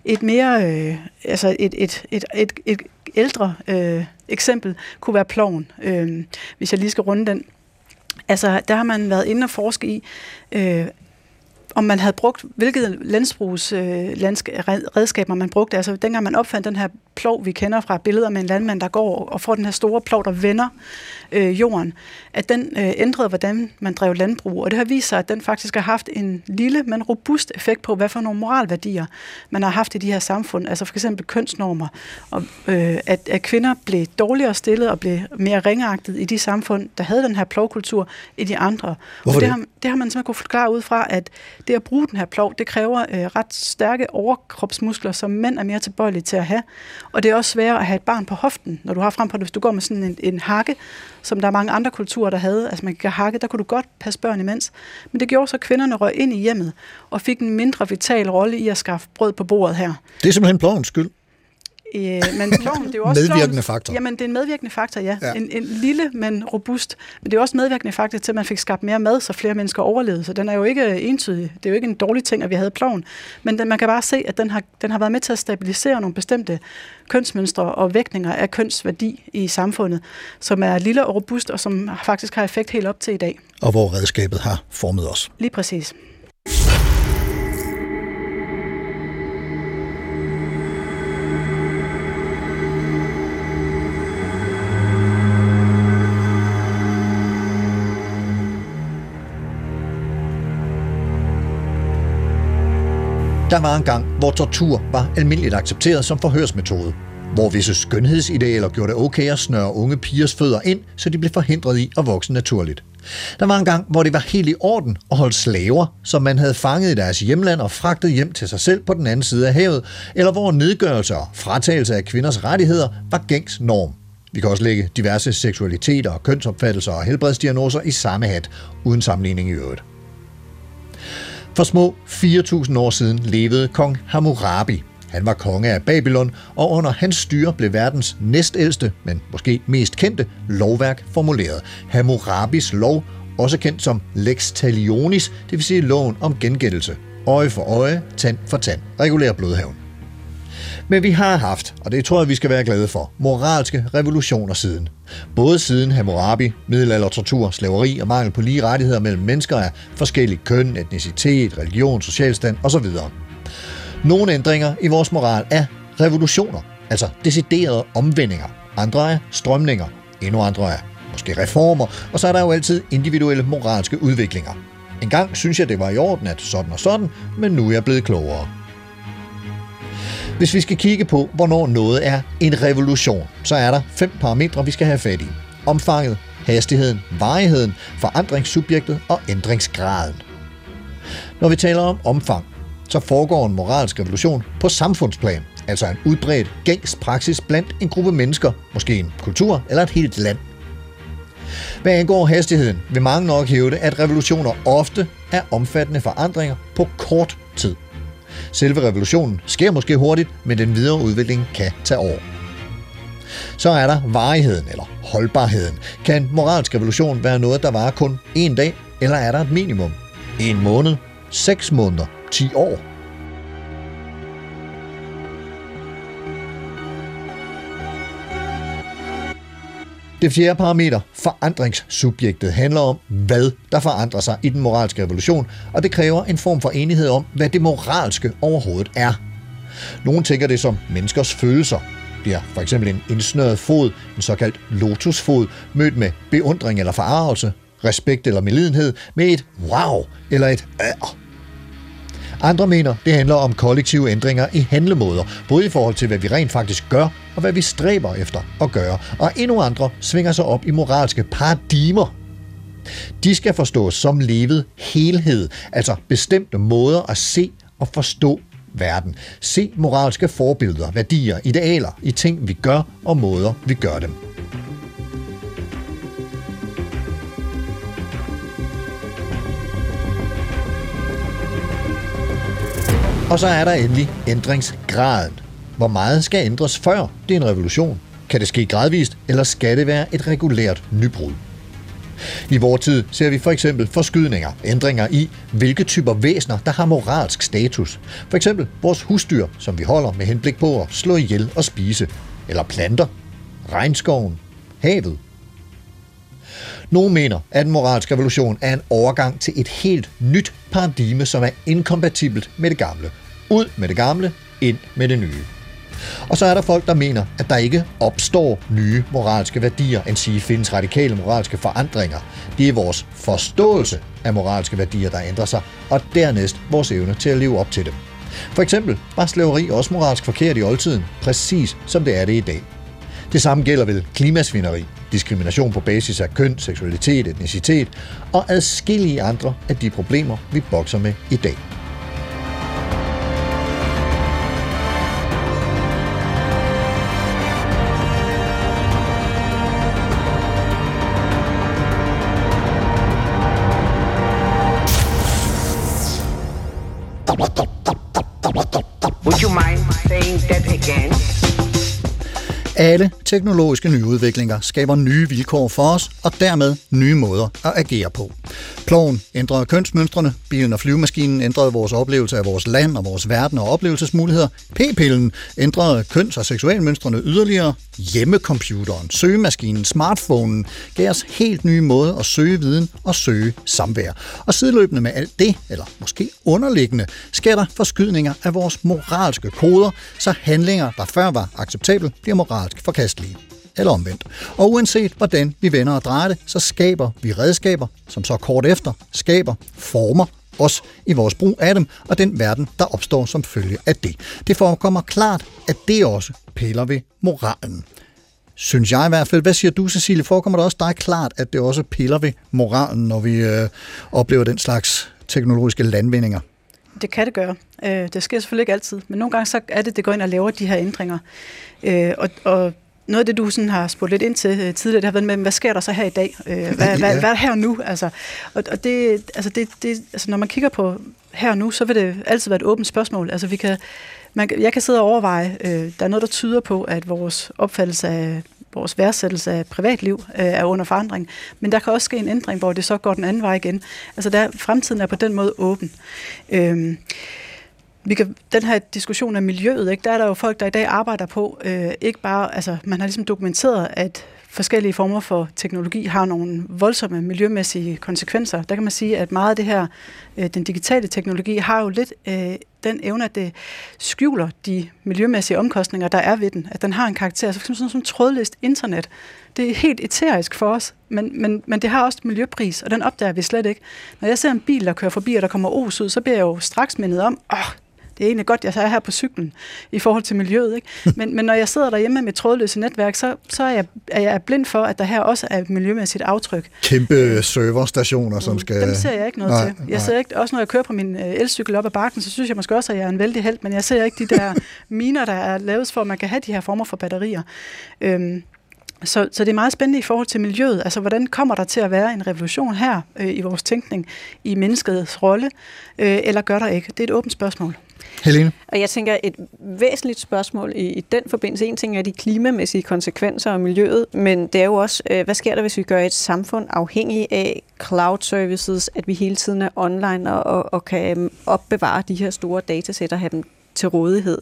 Et mere, øh, altså et, et, et, et, et ældre øh, eksempel kunne være ploven, øh, hvis jeg lige skal runde den. Altså, der har man været inde og forske i, øh, om man havde brugt, hvilket landsbrugs øh, redskaber man brugte. Altså, dengang man opfandt den her plov, vi kender fra billeder med en landmand, der går og får den her store plov, der vender øh, jorden, at den øh, ændrede, hvordan man drev landbrug. Og det har vist sig, at den faktisk har haft en lille, men robust effekt på, hvad for nogle moralværdier man har haft i de her samfund. Altså for eksempel kønsnormer, og øh, at, at kvinder blev dårligere stillet og blev mere ringeagtet i de samfund, der havde den her plovkultur, i de andre. Hvorfor og det, det? har, det har man simpelthen kunne forklare ud fra, at det at bruge den her plov, det kræver øh, ret stærke overkropsmuskler, som mænd er mere tilbøjelige til at have. Og det er også sværere at have et barn på hoften, når du har frem på det. Hvis du går med sådan en, en hakke, som der er mange andre kulturer, der havde, altså man kan hakke, der kunne du godt passe børn imens. Men det gjorde så, at kvinderne røg ind i hjemmet og fik en mindre vital rolle i at skaffe brød på bordet her. Det er simpelthen plovens skyld. Øh, men ploven, det er jo også medvirkende plovens, faktor. Jamen, det er en medvirkende faktor, ja. ja. En, en lille, men robust. Men det er også medvirkende faktor til, at man fik skabt mere mad, så flere mennesker overlevede. Så den er jo ikke entydig. Det er jo ikke en dårlig ting, at vi havde ploven. Men den, man kan bare se, at den har, den har været med til at stabilisere nogle bestemte kønsmønstre og vægtninger af kønsværdi i samfundet, som er lille og robust, og som faktisk har effekt helt op til i dag. Og hvor redskabet har formet os. Lige præcis. Der var en gang, hvor tortur var almindeligt accepteret som forhørsmetode. Hvor visse skønhedsidealer gjorde det okay at snøre unge pigers fødder ind, så de blev forhindret i at vokse naturligt. Der var en gang, hvor det var helt i orden at holde slaver, som man havde fanget i deres hjemland og fragtet hjem til sig selv på den anden side af havet, eller hvor nedgørelse og fratagelse af kvinders rettigheder var gængs norm. Vi kan også lægge diverse seksualiteter, kønsopfattelser og helbredsdiagnoser i samme hat, uden sammenligning i øvrigt. For små fire tusind år siden levede kong Hammurabi. Han var konge af Babylon, og under hans styre blev verdens næstældste, men måske mest kendte, lovværk formuleret. Hammurabis lov, også kendt som Lex Talionis, det vil sige loven om gengældelse. Øje for øje, tand for tand. Regulær blodhævn. Men vi har haft, og det tror jeg, vi skal være glade for, moralske revolutioner siden. Både siden Hammurabi, middelalder, tortur, slaveri og mangel på lige rettigheder mellem mennesker af forskellige køn, etnicitet, religion, socialstand osv. Nogle ændringer i vores moral er revolutioner, altså deciderede omvendinger. Andre er strømninger, endnu andre er måske reformer, og så er der jo altid individuelle moralske udviklinger. En gang synes jeg, det var i orden, at sådan og sådan, men nu er jeg blevet klogere. Hvis vi skal kigge på, hvornår noget er en revolution, så er der fem parametre, vi skal have fat i. Omfanget, hastigheden, varigheden, forandringssubjektet og ændringsgraden. Når vi taler om omfang, så foregår en moralsk revolution på samfundsplan, altså en udbredt gængs praksis blandt en gruppe mennesker, måske en kultur eller et helt land. Hvad angår hastigheden, vil mange nok hævde, at revolutioner ofte er omfattende forandringer på kort tid. Selve revolutionen sker måske hurtigt, men den videre udvikling kan tage år. Så er der varigheden eller holdbarheden. Kan en moralsk revolution være noget, der varer kun en dag, eller er der et minimum? En måned, seks måneder, ti år? Det fjerde parameter, forandringssubjektet, handler om, hvad der forandrer sig i den moralske revolution, og det kræver en form for enighed om, hvad det moralske overhovedet er. Nogle tænker det som menneskers følelser. Bliver for eksempel en indsnøret fod, en såkaldt lotusfod, mødt med beundring eller forargelse, respekt eller medlidenhed, med et wow eller et ær. Andre mener, det handler om kollektive ændringer i handlemåder, både i forhold til, hvad vi rent faktisk gør, og hvad vi stræber efter at gøre. Og endnu andre svinger sig op i moralske paradigmer. De skal forstås som levet helhed, altså bestemte måder at se og forstå verden. Se moralske forbilleder, værdier, idealer i ting, vi gør, og måder, vi gør dem. Og så er der endelig ændringsgraden. Hvor meget skal ændres før det er en revolution? Kan det ske gradvist, eller skal det være et regulært nybrud? I vores tid ser vi for eksempel forskydninger, ændringer i, hvilke typer væsener, der har moralsk status. For eksempel vores husdyr, som vi holder med henblik på at slå ihjel og spise. Eller planter, regnskoven, havet. Nogle mener, at en moralsk revolution er en overgang til et helt nyt paradigme, som er inkompatibelt med det gamle. Ud med det gamle, ind med det nye. Og så er der folk, der mener, at der ikke opstår nye moralske værdier, end sige findes radikale moralske forandringer. Det er vores forståelse af moralske værdier, der ændrer sig, og dernæst vores evne til at leve op til dem. For eksempel var slaveri også moralsk forkert i oldtiden, præcis som det er det i dag. Det samme gælder vel klimasvineri, diskrimination på basis af køn, seksualitet, etnicitet og adskillige andre af de problemer, vi bokser med i dag. Would you mind saying that again? Alle teknologiske nyudviklinger skaber nye vilkår for os, og dermed nye måder at agere på. Ploven ændrede kønsmønstrene, bilen og flyvemaskinen ændrede vores oplevelse af vores land og vores verden og oplevelsesmuligheder, p-pillen ændrede køns- og seksualmønstrene yderligere, hjemmecomputeren, søgemaskinen, smartphonen gav os helt nye måder at søge viden og søge samvær. Og sideløbende med alt det, eller måske underliggende, sker der forskydninger af vores moralske koder, så handlinger, der før var acceptable, bliver moralsk forkastelige. Eller omvendt. Og uanset hvordan vi vender og drejer det, så skaber vi redskaber, som så kort efter skaber, former os i vores brug af dem, og den verden, der opstår som følge af det. Det forekommer klart, at det også piller ved moralen. Synes jeg i hvert fald. Hvad siger du, Cecilie? Forekommer det også dig klart, at det også piller ved moralen, når vi øh, oplever den slags teknologiske landvindinger? Det kan det gøre. Det sker selvfølgelig ikke altid, men nogle gange så er det, det går ind og laver de her ændringer. Og, og noget af det, du sådan har spurgt lidt ind til tidligere, det har været med, hvad sker der så her i dag? Hvad, ja. hvad, hvad er her nu? Altså, og, og det, altså det, det, altså når man kigger på her nu, så vil det altid være et åbent spørgsmål. Altså vi kan, man, jeg kan sidde og overveje, øh, der er noget, der tyder på, at vores opfattelse af vores værdsættelse af privatliv øh, er under forandring, men der kan også ske en ændring, hvor det så går den anden vej igen. Altså der, fremtiden er på den måde åben. Øh, Vi kan, den her diskussion af miljøet, ikke, der er der jo folk, der i dag arbejder på, øh, ikke bare, altså man har ligesom dokumenteret, at forskellige former for teknologi har nogle voldsomme miljømæssige konsekvenser. Der kan man sige, at meget af det her, øh, den digitale teknologi, har jo lidt øh, den evne, at det skjuler de miljømæssige omkostninger, der er ved den. At den har en karakter, altså sådan som trådløst internet. Det er helt eterisk for os, men, men, men det har også milljøpris, og den opdager vi slet ikke. Når jeg ser en bil, der kører forbi, og der kommer os ud, så bliver jeg jo straks mindet om, åh, det er egentlig godt, jeg er her på cyklen i forhold til miljøet. Ikke? Men, men når jeg sidder derhjemme med trådløse netværk, så, så er, jeg, er jeg blind for, at der her også er et miljømæssigt aftryk. Kæmpe serverstationer, som skal... Dem ser jeg ikke noget nej, til. Jeg nej. ser ikke, også når jeg kører på min elcykel op ad bakken, så synes jeg måske også, at jeg er en vældig helt, men jeg ser ikke de der miner, der er lavet for, at man kan have de her former for batterier. Øhm, Så, så det er meget spændende i forhold til miljøet. Altså, hvordan kommer der til at være en revolution her øh, i vores tænkning, i menneskets rolle, øh, eller gør der ikke? Det er et åbent spørgsmål. Helene? Og jeg tænker, et væsentligt spørgsmål i, i den forbindelse, en ting er de klimamæssige konsekvenser af miljøet, men det er jo også, øh, hvad sker der, hvis vi gør et samfund afhængig af cloud services, at vi hele tiden er online og, og, og kan opbevare de her store datasæt og have dem til rådighed.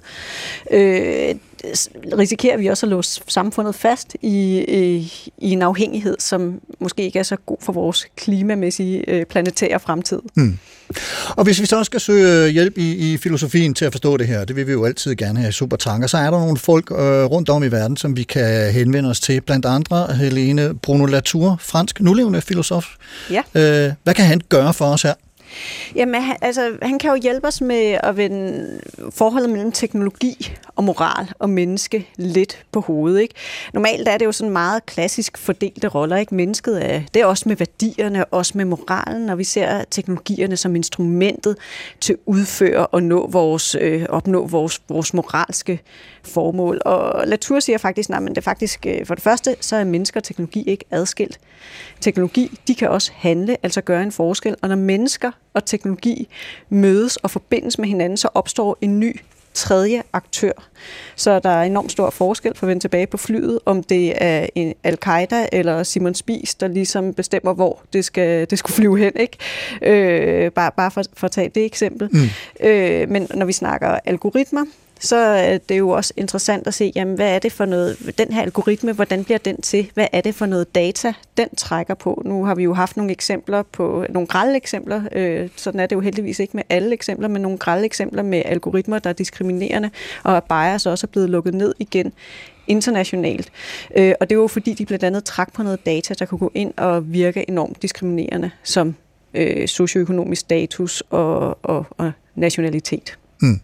Øh, risikerer vi også at låse samfundet fast i, i, i en afhængighed, som måske ikke er så god for vores klimamæssige øh, planetære fremtid. Hmm. Og hvis vi så skal søge hjælp i, i filosofien til at forstå det her, det vil vi jo altid gerne have i Supertanker, så er der nogle folk øh, rundt om i verden, som vi kan henvende os til. Blandt andre Helene Bruno Latour, fransk nulevende filosof. Ja. Øh, hvad kan han gøre for os her? Jamen, altså, han kan jo hjælpe os med at vende forholdet mellem teknologi og moral og menneske lidt på hovedet, ikke? Normalt er det jo sådan meget klassisk fordelte roller, ikke? Mennesket er, det er også med værdierne, også med moralen, og vi ser teknologierne som instrumentet til at udføre og nå vores, øh, opnå vores, vores moralske formål. Og Latour siger faktisk, nej, men det er faktisk, for det første, så er mennesker og teknologi ikke adskilt. Teknologi, de kan også handle, altså gøre en forskel, og når mennesker og teknologi mødes og forbindes med hinanden, så opstår en ny tredje aktør. Så der er enormt stor forskel for at vende tilbage på flyet, om det er en Al-Qaida eller Simon Spies, der ligesom bestemmer, hvor det skal det skulle flyve hen, ikke? Øh, bare bare for, for at tage det eksempel. Mm. Øh, men når vi snakker algoritmer, så er det jo også interessant at se, jamen, hvad er det for noget, den her algoritme, hvordan bliver den til? Hvad er det for noget data, den trækker på? Nu har vi jo haft nogle eksempler på, nogle grelle eksempler, øh, sådan er det jo heldigvis ikke med alle eksempler, men nogle grelle eksempler med algoritmer, der er diskriminerende, og at bias også er blevet lukket ned igen internationalt. Øh, og det var jo fordi, de blandt andet trak på noget data, der kunne gå ind og virke enormt diskriminerende, som øh, socioøkonomisk status og, og, og nationalitet. Mm.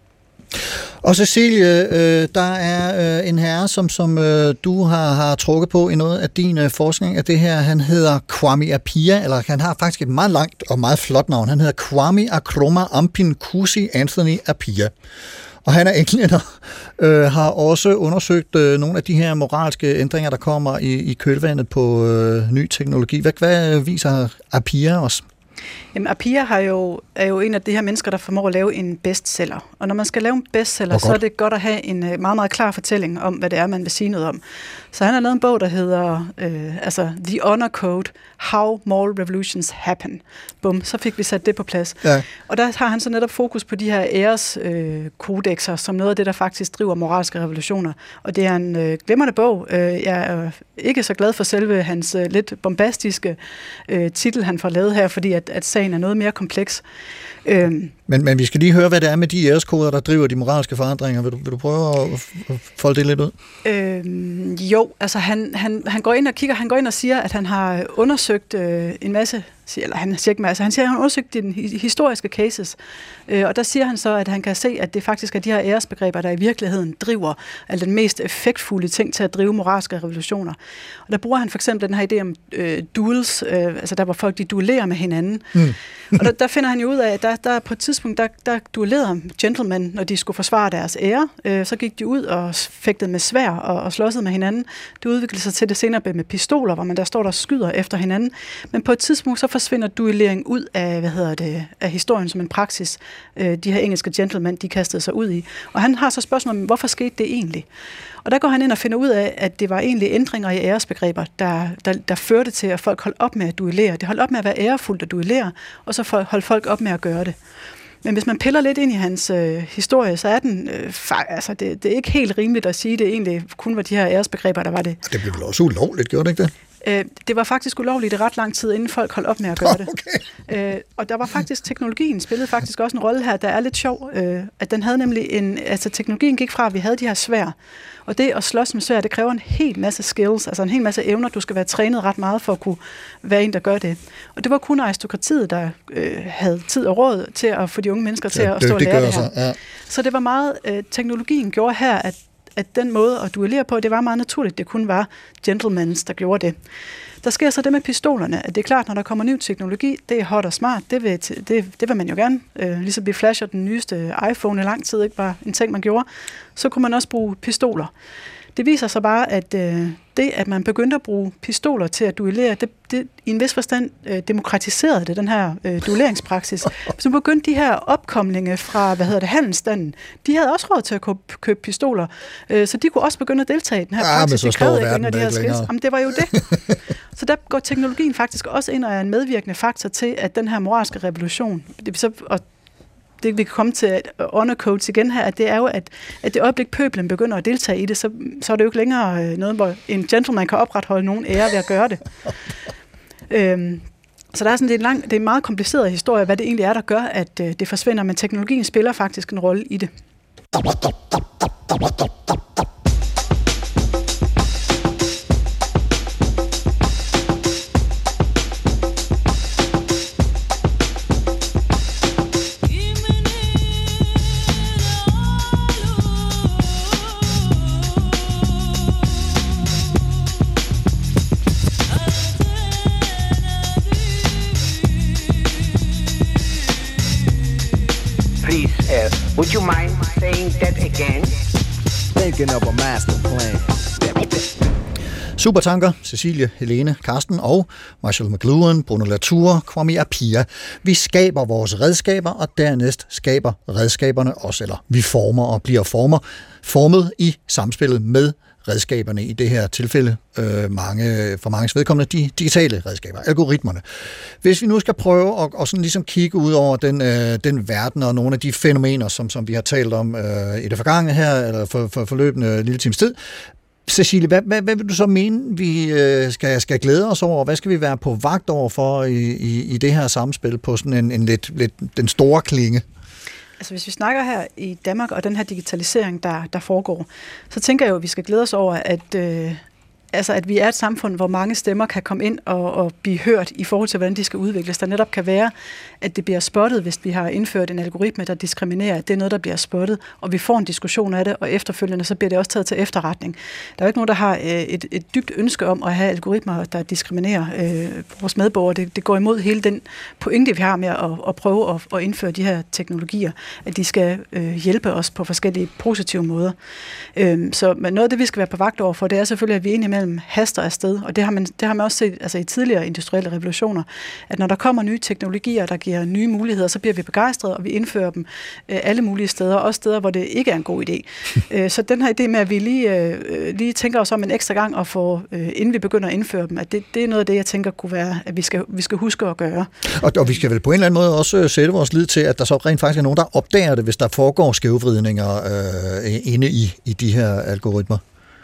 Og Cecilie, øh, der er øh, en herre, som, som øh, du har, har trukket på i noget af din øh, forskning af det her. Han hedder Kwame Appiah, eller han har faktisk et meget langt og meget flot navn. Han hedder Kwame Nkrumah Ampin-Kusi Anthony Appiah. Og han er englænder, øh, har også undersøgt øh, nogle af de her moralske ændringer, der kommer i, i kølvandet på øh, ny teknologi. Hvad, hvad viser Appiah os? Jamen, Appiah har jo, er jo en af de her mennesker, der formår at lave en bestseller. Og når man skal lave en bestseller, så er det godt at have en meget, meget klar fortælling om, hvad det er, man vil sige noget om. Så han har lavet en bog, der hedder øh, altså The Honor Code, How Moral Revolutions Happen. Bum, så fik vi sat det på plads. Ja. Og der har han så netop fokus på de her æreskodexer, øh, som noget af det, der faktisk driver moralske revolutioner. Og det er en øh, glimrende bog. Øh, jeg er ikke så glad for selve hans øh, lidt bombastiske øh, titel, han får lavet her, fordi at, at sagen er noget mere kompleks. Øhm. Men, men vi skal lige høre, hvad det er med de æreskoder, der driver de moralske forandringer. Vil du, vil du prøve at, at folde det lidt ud? Øhm, jo, altså han, han, han går ind og kigger, han går ind og siger, at han har undersøgt øh, en masse, eller han siger ikke meget, altså han siger, at han har undersøgt de historiske cases, øh, og der siger han så, at han kan se, at det faktisk er de her æresbegreber, der i virkeligheden driver, altså den mest effektfulde ting til at drive moralske revolutioner. Og der bruger han for eksempel den her idé om øh, duels, øh, altså der hvor folk de duellerer med hinanden. Mm. Og der, der finder han jo ud af, at der, der på et tidspunkt, der, der duellerede gentlemen, når de skulle forsvare deres ære. Øh, så gik de ud og fægtede med svær og, og slåssede med hinanden. Det udviklede sig til det senere med pistoler, hvor man der står der og skyder efter hinanden. Men på et tidspunkt, så forsvinder duellering ud af, hvad hedder det, af historien som en praksis. Øh, de her engelske gentlemen, de kastede sig ud i. Og han har så spørgsmål om, hvorfor skete det egentlig? Og der går han ind og finder ud af, at det var egentlig ændringer i æresbegreber, der, der, der førte til, at folk holdt op med at duellere. Det holdt op med at være ærefuldt at duellere, og så holdt folk op med at gøre det. Men hvis man piller lidt ind i hans øh, historie, så er den, øh, fa- altså det, det er ikke helt rimeligt at sige, at det egentlig kun var de her æresbegreber, der var det. Og det blev vel også ulovligt, gjorde det ikke det? Øh, det var faktisk ulovligt i ret lang tid, inden folk holdt op med at gøre det. Okay. Øh, og der var faktisk, teknologien spillede faktisk også en rolle her, der er lidt sjov, øh, at den havde nemlig en, altså teknologien gik fra, at vi havde de her sværd, og det at slås med sværd, det kræver en hel masse skills, altså en hel masse evner, du skal være trænet ret meget for at kunne være en, der gør det. Og det var kun aristokratiet, der øh, havde tid og råd til at få de unge mennesker til ja, at stå og lære det her. Ja. Så det var meget, øh, teknologien gjorde her, at at den måde at duellere på, det var meget naturligt. Det kun var gentlemans, der gjorde det. Der sker så det med pistolerne, at det er klart, når der kommer ny teknologi, det er hot og smart, det vil, det, det vil man jo gerne. Øh, ligesom vi flasher den nyeste iPhone i lang tid, ikke bare en ting, man gjorde, så kunne man også bruge pistoler. Det viser sig bare, at øh, det, at man begyndte at bruge pistoler til at duellere, det, det i en vis forstand øh, demokratiserede det, den her øh, duelleringspraksis. Så begyndte de her opkomlinge fra, hvad hedder det, handelsstanden, de havde også råd til at købe, købe pistoler, øh, så de kunne også begynde at deltage i den her praksis. Ja, men så står verden ikke, de her længere. Jamen, det var jo det. Så der går teknologien faktisk også ind og er en medvirkende faktor til, at den her moralske revolution, det, så, og det vi kan komme til honor codes igen her, at det er jo, at, at det øjeblik pøblen begynder at deltage i det, så, så er det jo ikke længere noget, hvor en gentleman kan opretholde nogen ære ved at gøre det. øhm, så der er sådan, det er en lang, det er en meget kompliceret historie, hvad det egentlig er, der gør, at øh, det forsvinder, men teknologien spiller faktisk en rolle i det. Would you mind saying that again? Thinking of a master plan. Supertanker, Cecilie, Helene, Karsten og Marshall McLuhan, Bruno Latour, Kwame Appiah. Vi skaber vores redskaber, og dernæst skaber redskaberne os, eller vi former og bliver former, formet i samspillet med redskaberne, i det her tilfælde øh, mange, for manges vedkommende, de digitale redskaber, algoritmerne. Hvis vi nu skal prøve at, at sådan ligesom kigge ud over den, øh, den verden og nogle af de fænomener, som, som vi har talt om øh, i det forgangne her, eller for, for forløbende lille times tid. Cecilie, hvad, hvad, hvad vil du så mene, vi øh, skal, skal glæde os over? Hvad skal vi være på vagt over for i, i, i det her samspil på sådan en, en lidt, lidt den store klinge? Altså hvis vi snakker her i Danmark og den her digitalisering, der, der foregår, så tænker jeg jo, at vi skal glæde os over, at, øh, altså, at vi er et samfund, hvor mange stemmer kan komme ind og, og blive hørt i forhold til, hvordan de skal udvikles. Der netop kan være, at det bliver spottet, hvis vi har indført en algoritme, der diskriminerer. Det er noget, der bliver spottet, og vi får en diskussion af det, og efterfølgende så bliver det også taget til efterretning. Der er jo ikke nogen, der har et, et dybt ønske om at have algoritmer, der diskriminerer øh, vores medborgere. Det, det går imod hele den pointe, vi har med at, at prøve at, at indføre de her teknologier, at de skal øh, hjælpe os på forskellige positive måder. Øh, så men noget af det, vi skal være på vagt over for, det er selvfølgelig, at vi indimellem haster afsted, og det har man, det har man også set altså i tidligere industrielle revolutioner, at når der kommer nye teknologier, der giver nye muligheder, så bliver vi begejstrede, og vi indfører dem øh, alle mulige steder, også steder, hvor det ikke er en god idé. øh, så den her idé med, at vi lige, øh, lige tænker os om en ekstra gang, og få, øh, inden vi begynder at indføre dem, at det, det er noget af det, jeg tænker kunne være, at vi skal, vi skal huske at gøre. Og, og vi skal vel på en eller anden måde også sætte vores lid til, at der så rent faktisk er nogen, der opdager det, hvis der foregår skævvridninger øh, inde i, i de her algoritmer.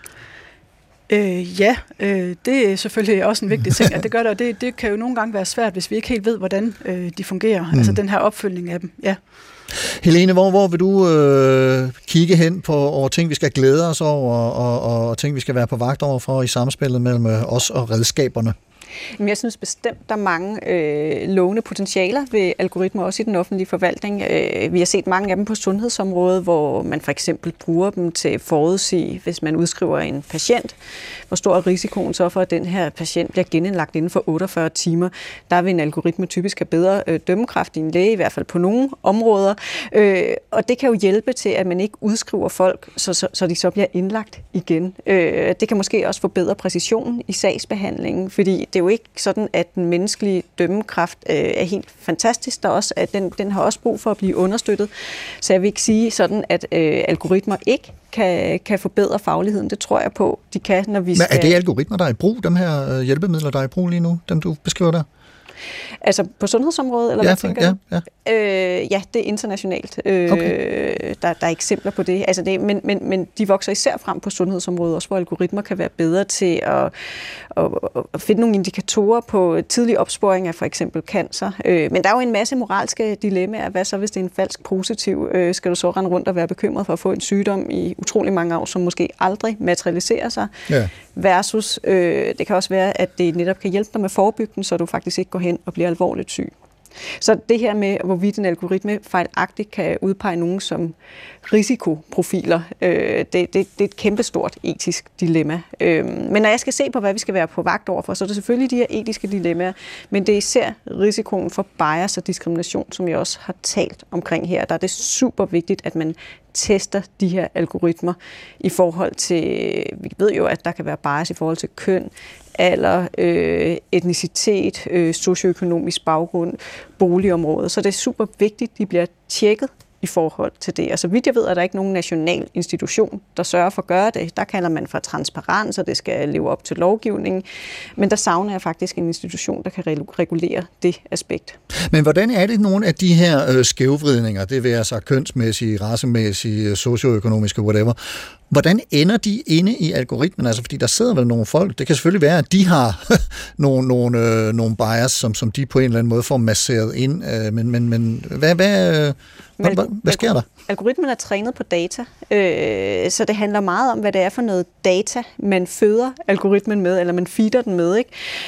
Øh, ja, øh, det er selvfølgelig også en vigtig ting, at det gør det, og det, det kan jo nogle gange være svært, hvis vi ikke helt ved, hvordan øh, de fungerer, mm. altså den her opfølgning af dem, ja. Helene, hvor, hvor vil du øh, kigge hen på over ting, vi skal glæde os over, og, og, og ting, vi skal være på vagt over for i samspillet mellem os og redskaberne? Jeg synes bestemt, der er mange øh, lovende potentialer ved algoritmer, også i den offentlige forvaltning. Øh, vi har set mange af dem på sundhedsområdet, hvor man for eksempel bruger dem til at forudsige, hvis man udskriver en patient, hvor stor er risikoen så for, at den her patient bliver genindlagt inden for otteogfyrre timer. Der vil en algoritme typisk have bedre øh, dømmekraft i en læge, i hvert fald på nogle områder. Øh, og det kan jo hjælpe til, at man ikke udskriver folk, så, så, så de så bliver indlagt igen. Øh, det kan måske også forbedre præcisionen i sagsbehandlingen, fordi det er jo ikke sådan, at den menneskelige dømmekraft øh, er helt fantastisk. Der også, at den, den har også brug for at blive understøttet. Så jeg vil ikke sige sådan, at øh, algoritmer ikke kan, kan forbedre fagligheden. Det tror jeg på, de kan, når vi skal... Men er det algoritmer, der er i brug, dem her hjælpemidler, der er i brug lige nu, dem du beskriver der? Altså på sundhedsområdet, eller ja, hvad tænker ja, du? Ja. Øh, ja, det er internationalt. Øh, okay. der, der er eksempler på det. Altså det men, men, men de vokser især frem på sundhedsområdet, også hvor algoritmer kan være bedre til at, at, at finde nogle indikatorer på tidlig opsporing af for eksempel cancer. Øh, men der er jo en masse moralske dilemmaer. Hvad så, hvis det er en falsk positiv? Øh, skal du så rende rundt og være bekymret for at få en sygdom i utrolig mange år, som måske aldrig materialiserer sig? Ja. Versus, øh, det kan også være, at det netop kan hjælpe dig med forebyggelsen, så du faktisk ikke går hen og bliver alvorligt syg. Så det her med, hvorvidt en algoritme fejlagtigt kan udpege nogen som risikoprofiler, øh, det, det, det er et kæmpestort etisk dilemma. Øh, men når jeg skal se på, hvad vi skal være på vagt overfor, så er det selvfølgelig de her etiske dilemmaer, men det er især risikoen for bias og diskrimination, som jeg også har talt omkring her. Der er det super vigtigt, at man tester de her algoritmer i forhold til, vi ved jo, at der kan være bias i forhold til køn, alder, øh, etnicitet, øh, socioøkonomisk baggrund, boligområde. Så det er super vigtigt, at de bliver tjekket i forhold til det. Og så vidt jeg ved, er der ikke nogen national institution, der sørger for at gøre det. Der kalder man for transparens, og det skal leve op til lovgivningen. Men der savner jeg faktisk en institution, der kan regulere det aspekt. Men hvordan er det nogle af de her øh, skævvridninger, det vil være så kønsmæssige, racemæssige, socioøkonomiske, whatever, hvordan ender de inde i algoritmen? Altså, fordi der sidder vel nogle folk, det kan selvfølgelig være, at de har nogle, nogle, øh, nogle bias, som, som de på en eller anden måde får masseret ind. Øh, men men, men hvad, hvad, øh, hvad, hvad, hvad sker der? Algoritmen er trænet på data, øh, så det handler meget om, hvad det er for noget data, man føder algoritmen med, eller man feeder den med.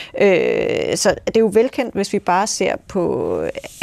Ikke? Øh, så det er jo velkendt, hvis vi bare ser på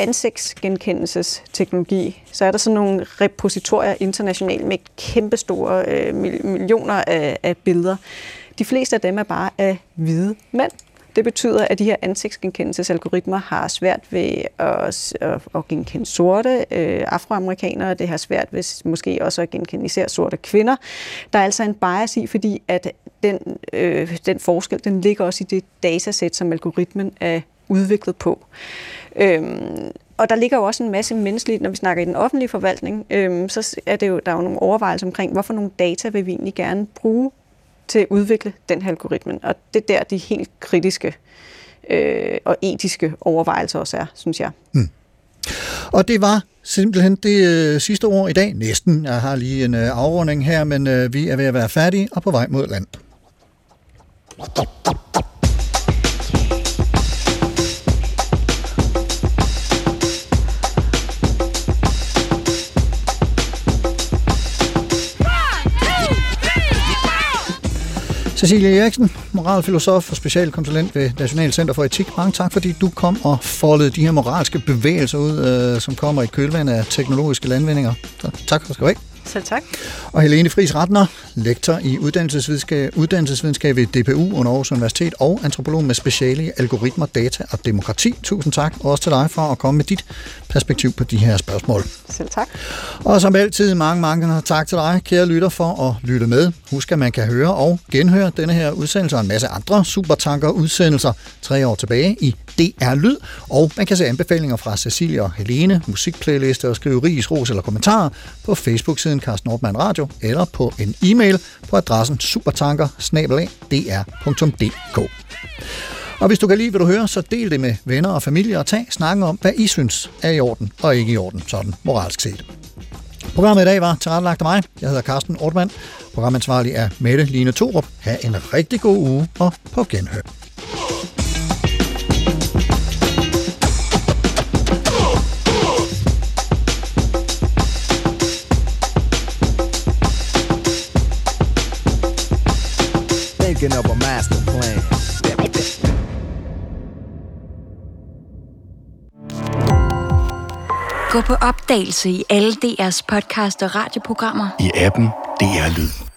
ansigtsgenkendelsesteknologi, så er der sådan nogle repositorier internationalt med kæmpestore øh, millioner af, af billeder. De fleste af dem er bare af hvide mænd. Det betyder, at de her ansigtsgenkendelsesalgoritmer har svært ved at, at, at genkende sorte øh, afroamerikanere. Det har svært ved måske også at genkende især sorte kvinder. Der er altså en bias i, fordi at den, øh, den forskel, den ligger også i det datasæt, som algoritmen er udviklet på. Øhm, og der ligger jo også en masse menneskeligt, når vi snakker i den offentlige forvaltning, øhm, så er det jo, der er jo nogle overvejelser omkring, hvorfor nogle data vil vi egentlig gerne bruge til at udvikle den her algoritmen. Og det er der, de helt kritiske øh, og etiske overvejelser også er, synes jeg. Hmm. Og det var simpelthen det øh, sidste ord i dag. Næsten. Jeg har lige en øh, afrunding her, men øh, vi er ved at være færdige og på vej mod land. Cecilie Eriksen, moralfilosof og specialkonsulent ved National Center for Etik. Mange tak, fordi du kom og foldede de her moralske bevægelser ud, øh, som kommer i kølvandet af teknologiske landvindinger. Så tak for at du have. Selv tak. Og Helene Friis Ratner, lektor i uddannelsesvidenskab, uddannelsesvidenskab ved D P U under Aarhus Universitet og antropolog med speciale i algoritmer, data og demokrati. Tusind tak også til dig for at komme med dit perspektiv på de her spørgsmål. Selv tak. Og som altid, mange, mange tak til dig, kære lytter, for at lytte med. Husk, at man kan høre og genhøre denne her udsendelse og en masse andre Supertanker-udsendelser tre år tilbage i D R Lyd, og man kan se anbefalinger fra Cecilie og Helene, musikplayliste og skrive ris, ros eller kommentarer på Facebook-siden Carsten Ortmann Radio eller på en e-mail på adressen supertanker bindestreg d r punktum d k. Og hvis du kan lide, hvad du hører, så del det med venner og familie og tag snakken om, hvad I synes er i orden og ikke i orden, sådan moralsk set. Programmet i dag var tilrettelagt af mig. Jeg hedder Carsten Ortmann. Programansvarlig er Mette Line Thorup. Ha' en rigtig god uge og på genhør. Thinking of a master plan. Gå på opdagelse i alle D R's podcast og radioprogrammer. I appen D R Lyd.